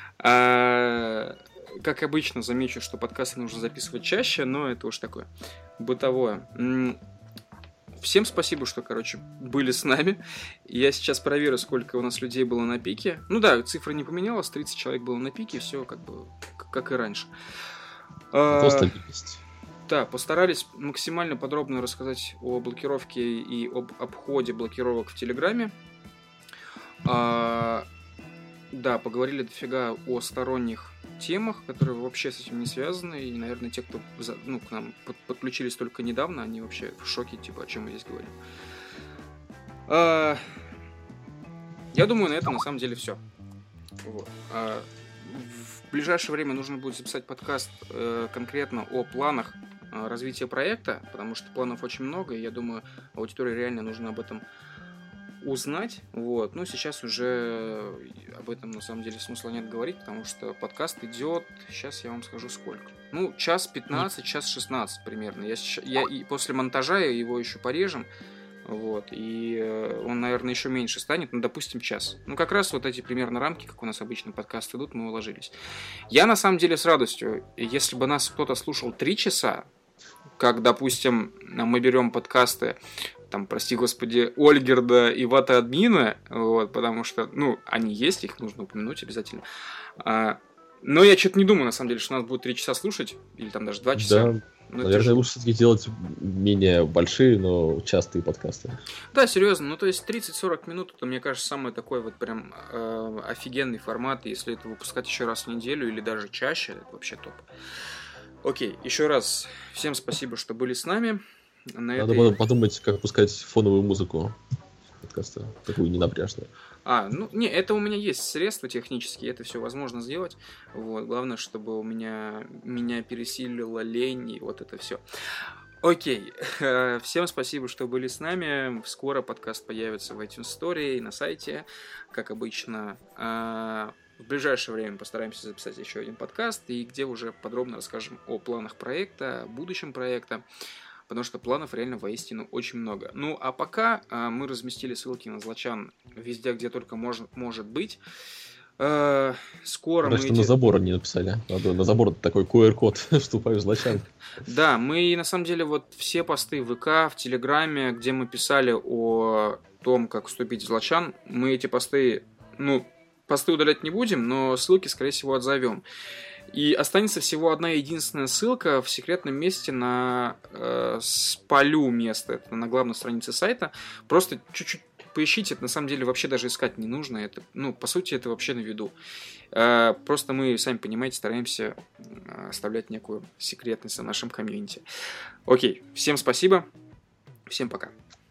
Speaker 1: Как обычно, замечу, что подкасты нужно записывать чаще, но это уж такое бытовое. Всем спасибо, что, были с нами. Я сейчас проверю, сколько у нас людей было на пике. Цифра не поменялась, 30 человек было на пике, все как и раньше.
Speaker 4: Стабильность.
Speaker 1: Да, постарались максимально подробно рассказать о блокировке и об обходе блокировок в Телеграме. Да, поговорили дофига о сторонних темах, которые вообще с этим не связаны. И, наверное, те, кто к нам подключились только недавно, они вообще в шоке, о чем мы здесь говорим. Я думаю, на этом на самом деле все. Вот. В ближайшее время нужно будет записать подкаст конкретно о планах развития проекта, потому что планов очень много, и я думаю, аудитории реально нужно об этом узнать. Вот. Сейчас уже об этом на самом деле смысла нет говорить, потому что подкаст идет, сейчас я вам скажу сколько. Час 15, час 16 примерно. Я и после монтажа его еще порежем. Вот, и он, наверное, еще меньше станет, допустим, час. Как раз вот эти примерно рамки, как у нас обычно подкасты идут, мы уложились. Я, на самом деле, с радостью, если бы нас кто-то слушал 3 часа, как, допустим, мы берем подкасты, там, прости господи, Ольгерда и Вата Админа, вот, потому что, они есть, их нужно упомянуть обязательно. Но я что-то не думаю, на самом деле, что нас будет 3 часа слушать, или там даже 2 часа.
Speaker 4: Да. Наверное, лучше все-таки делать менее большие, но частые подкасты.
Speaker 1: Да, серьезно. То есть 30-40 минут, это, мне кажется, самый такой прям офигенный формат. Если это выпускать еще раз в неделю или даже чаще, это вообще топ. Окей, еще раз всем спасибо, что были с нами.
Speaker 4: Надо подумать, как пускать фоновую музыку подкаста, такую ненапряжную.
Speaker 1: Это у меня есть средства технические, это все возможно сделать. Вот, главное, чтобы у меня пересилила лень и вот это все. Окей, всем спасибо, что были с нами. Скоро подкаст появится в iTunes Store и на сайте, как обычно. В ближайшее время постараемся записать еще один подкаст, и где уже подробно расскажем о планах проекта, будущем проекта. Потому что планов реально воистину очень много. А пока мы разместили ссылки на Злачан везде, где только может быть. Скоро
Speaker 4: Потому
Speaker 1: мы
Speaker 4: что на забор не написали. Надо на забор такой QR-код, вступаешь в злочан.
Speaker 1: Да, мы на самом деле вот все посты в ВК, в Телеграме, где мы писали о том, как вступить в злочан, мы эти посты, посты удалять не будем, но ссылки, скорее всего, отзовем. И останется всего одна единственная ссылка в секретном месте на спалю место, это на главной странице сайта. Просто чуть-чуть поищите, это на самом деле вообще даже искать не нужно. Это, по сути, это вообще на виду. Просто мы, сами понимаете, стараемся оставлять некую секретность в нашем комьюнити. Окей, всем спасибо, всем пока.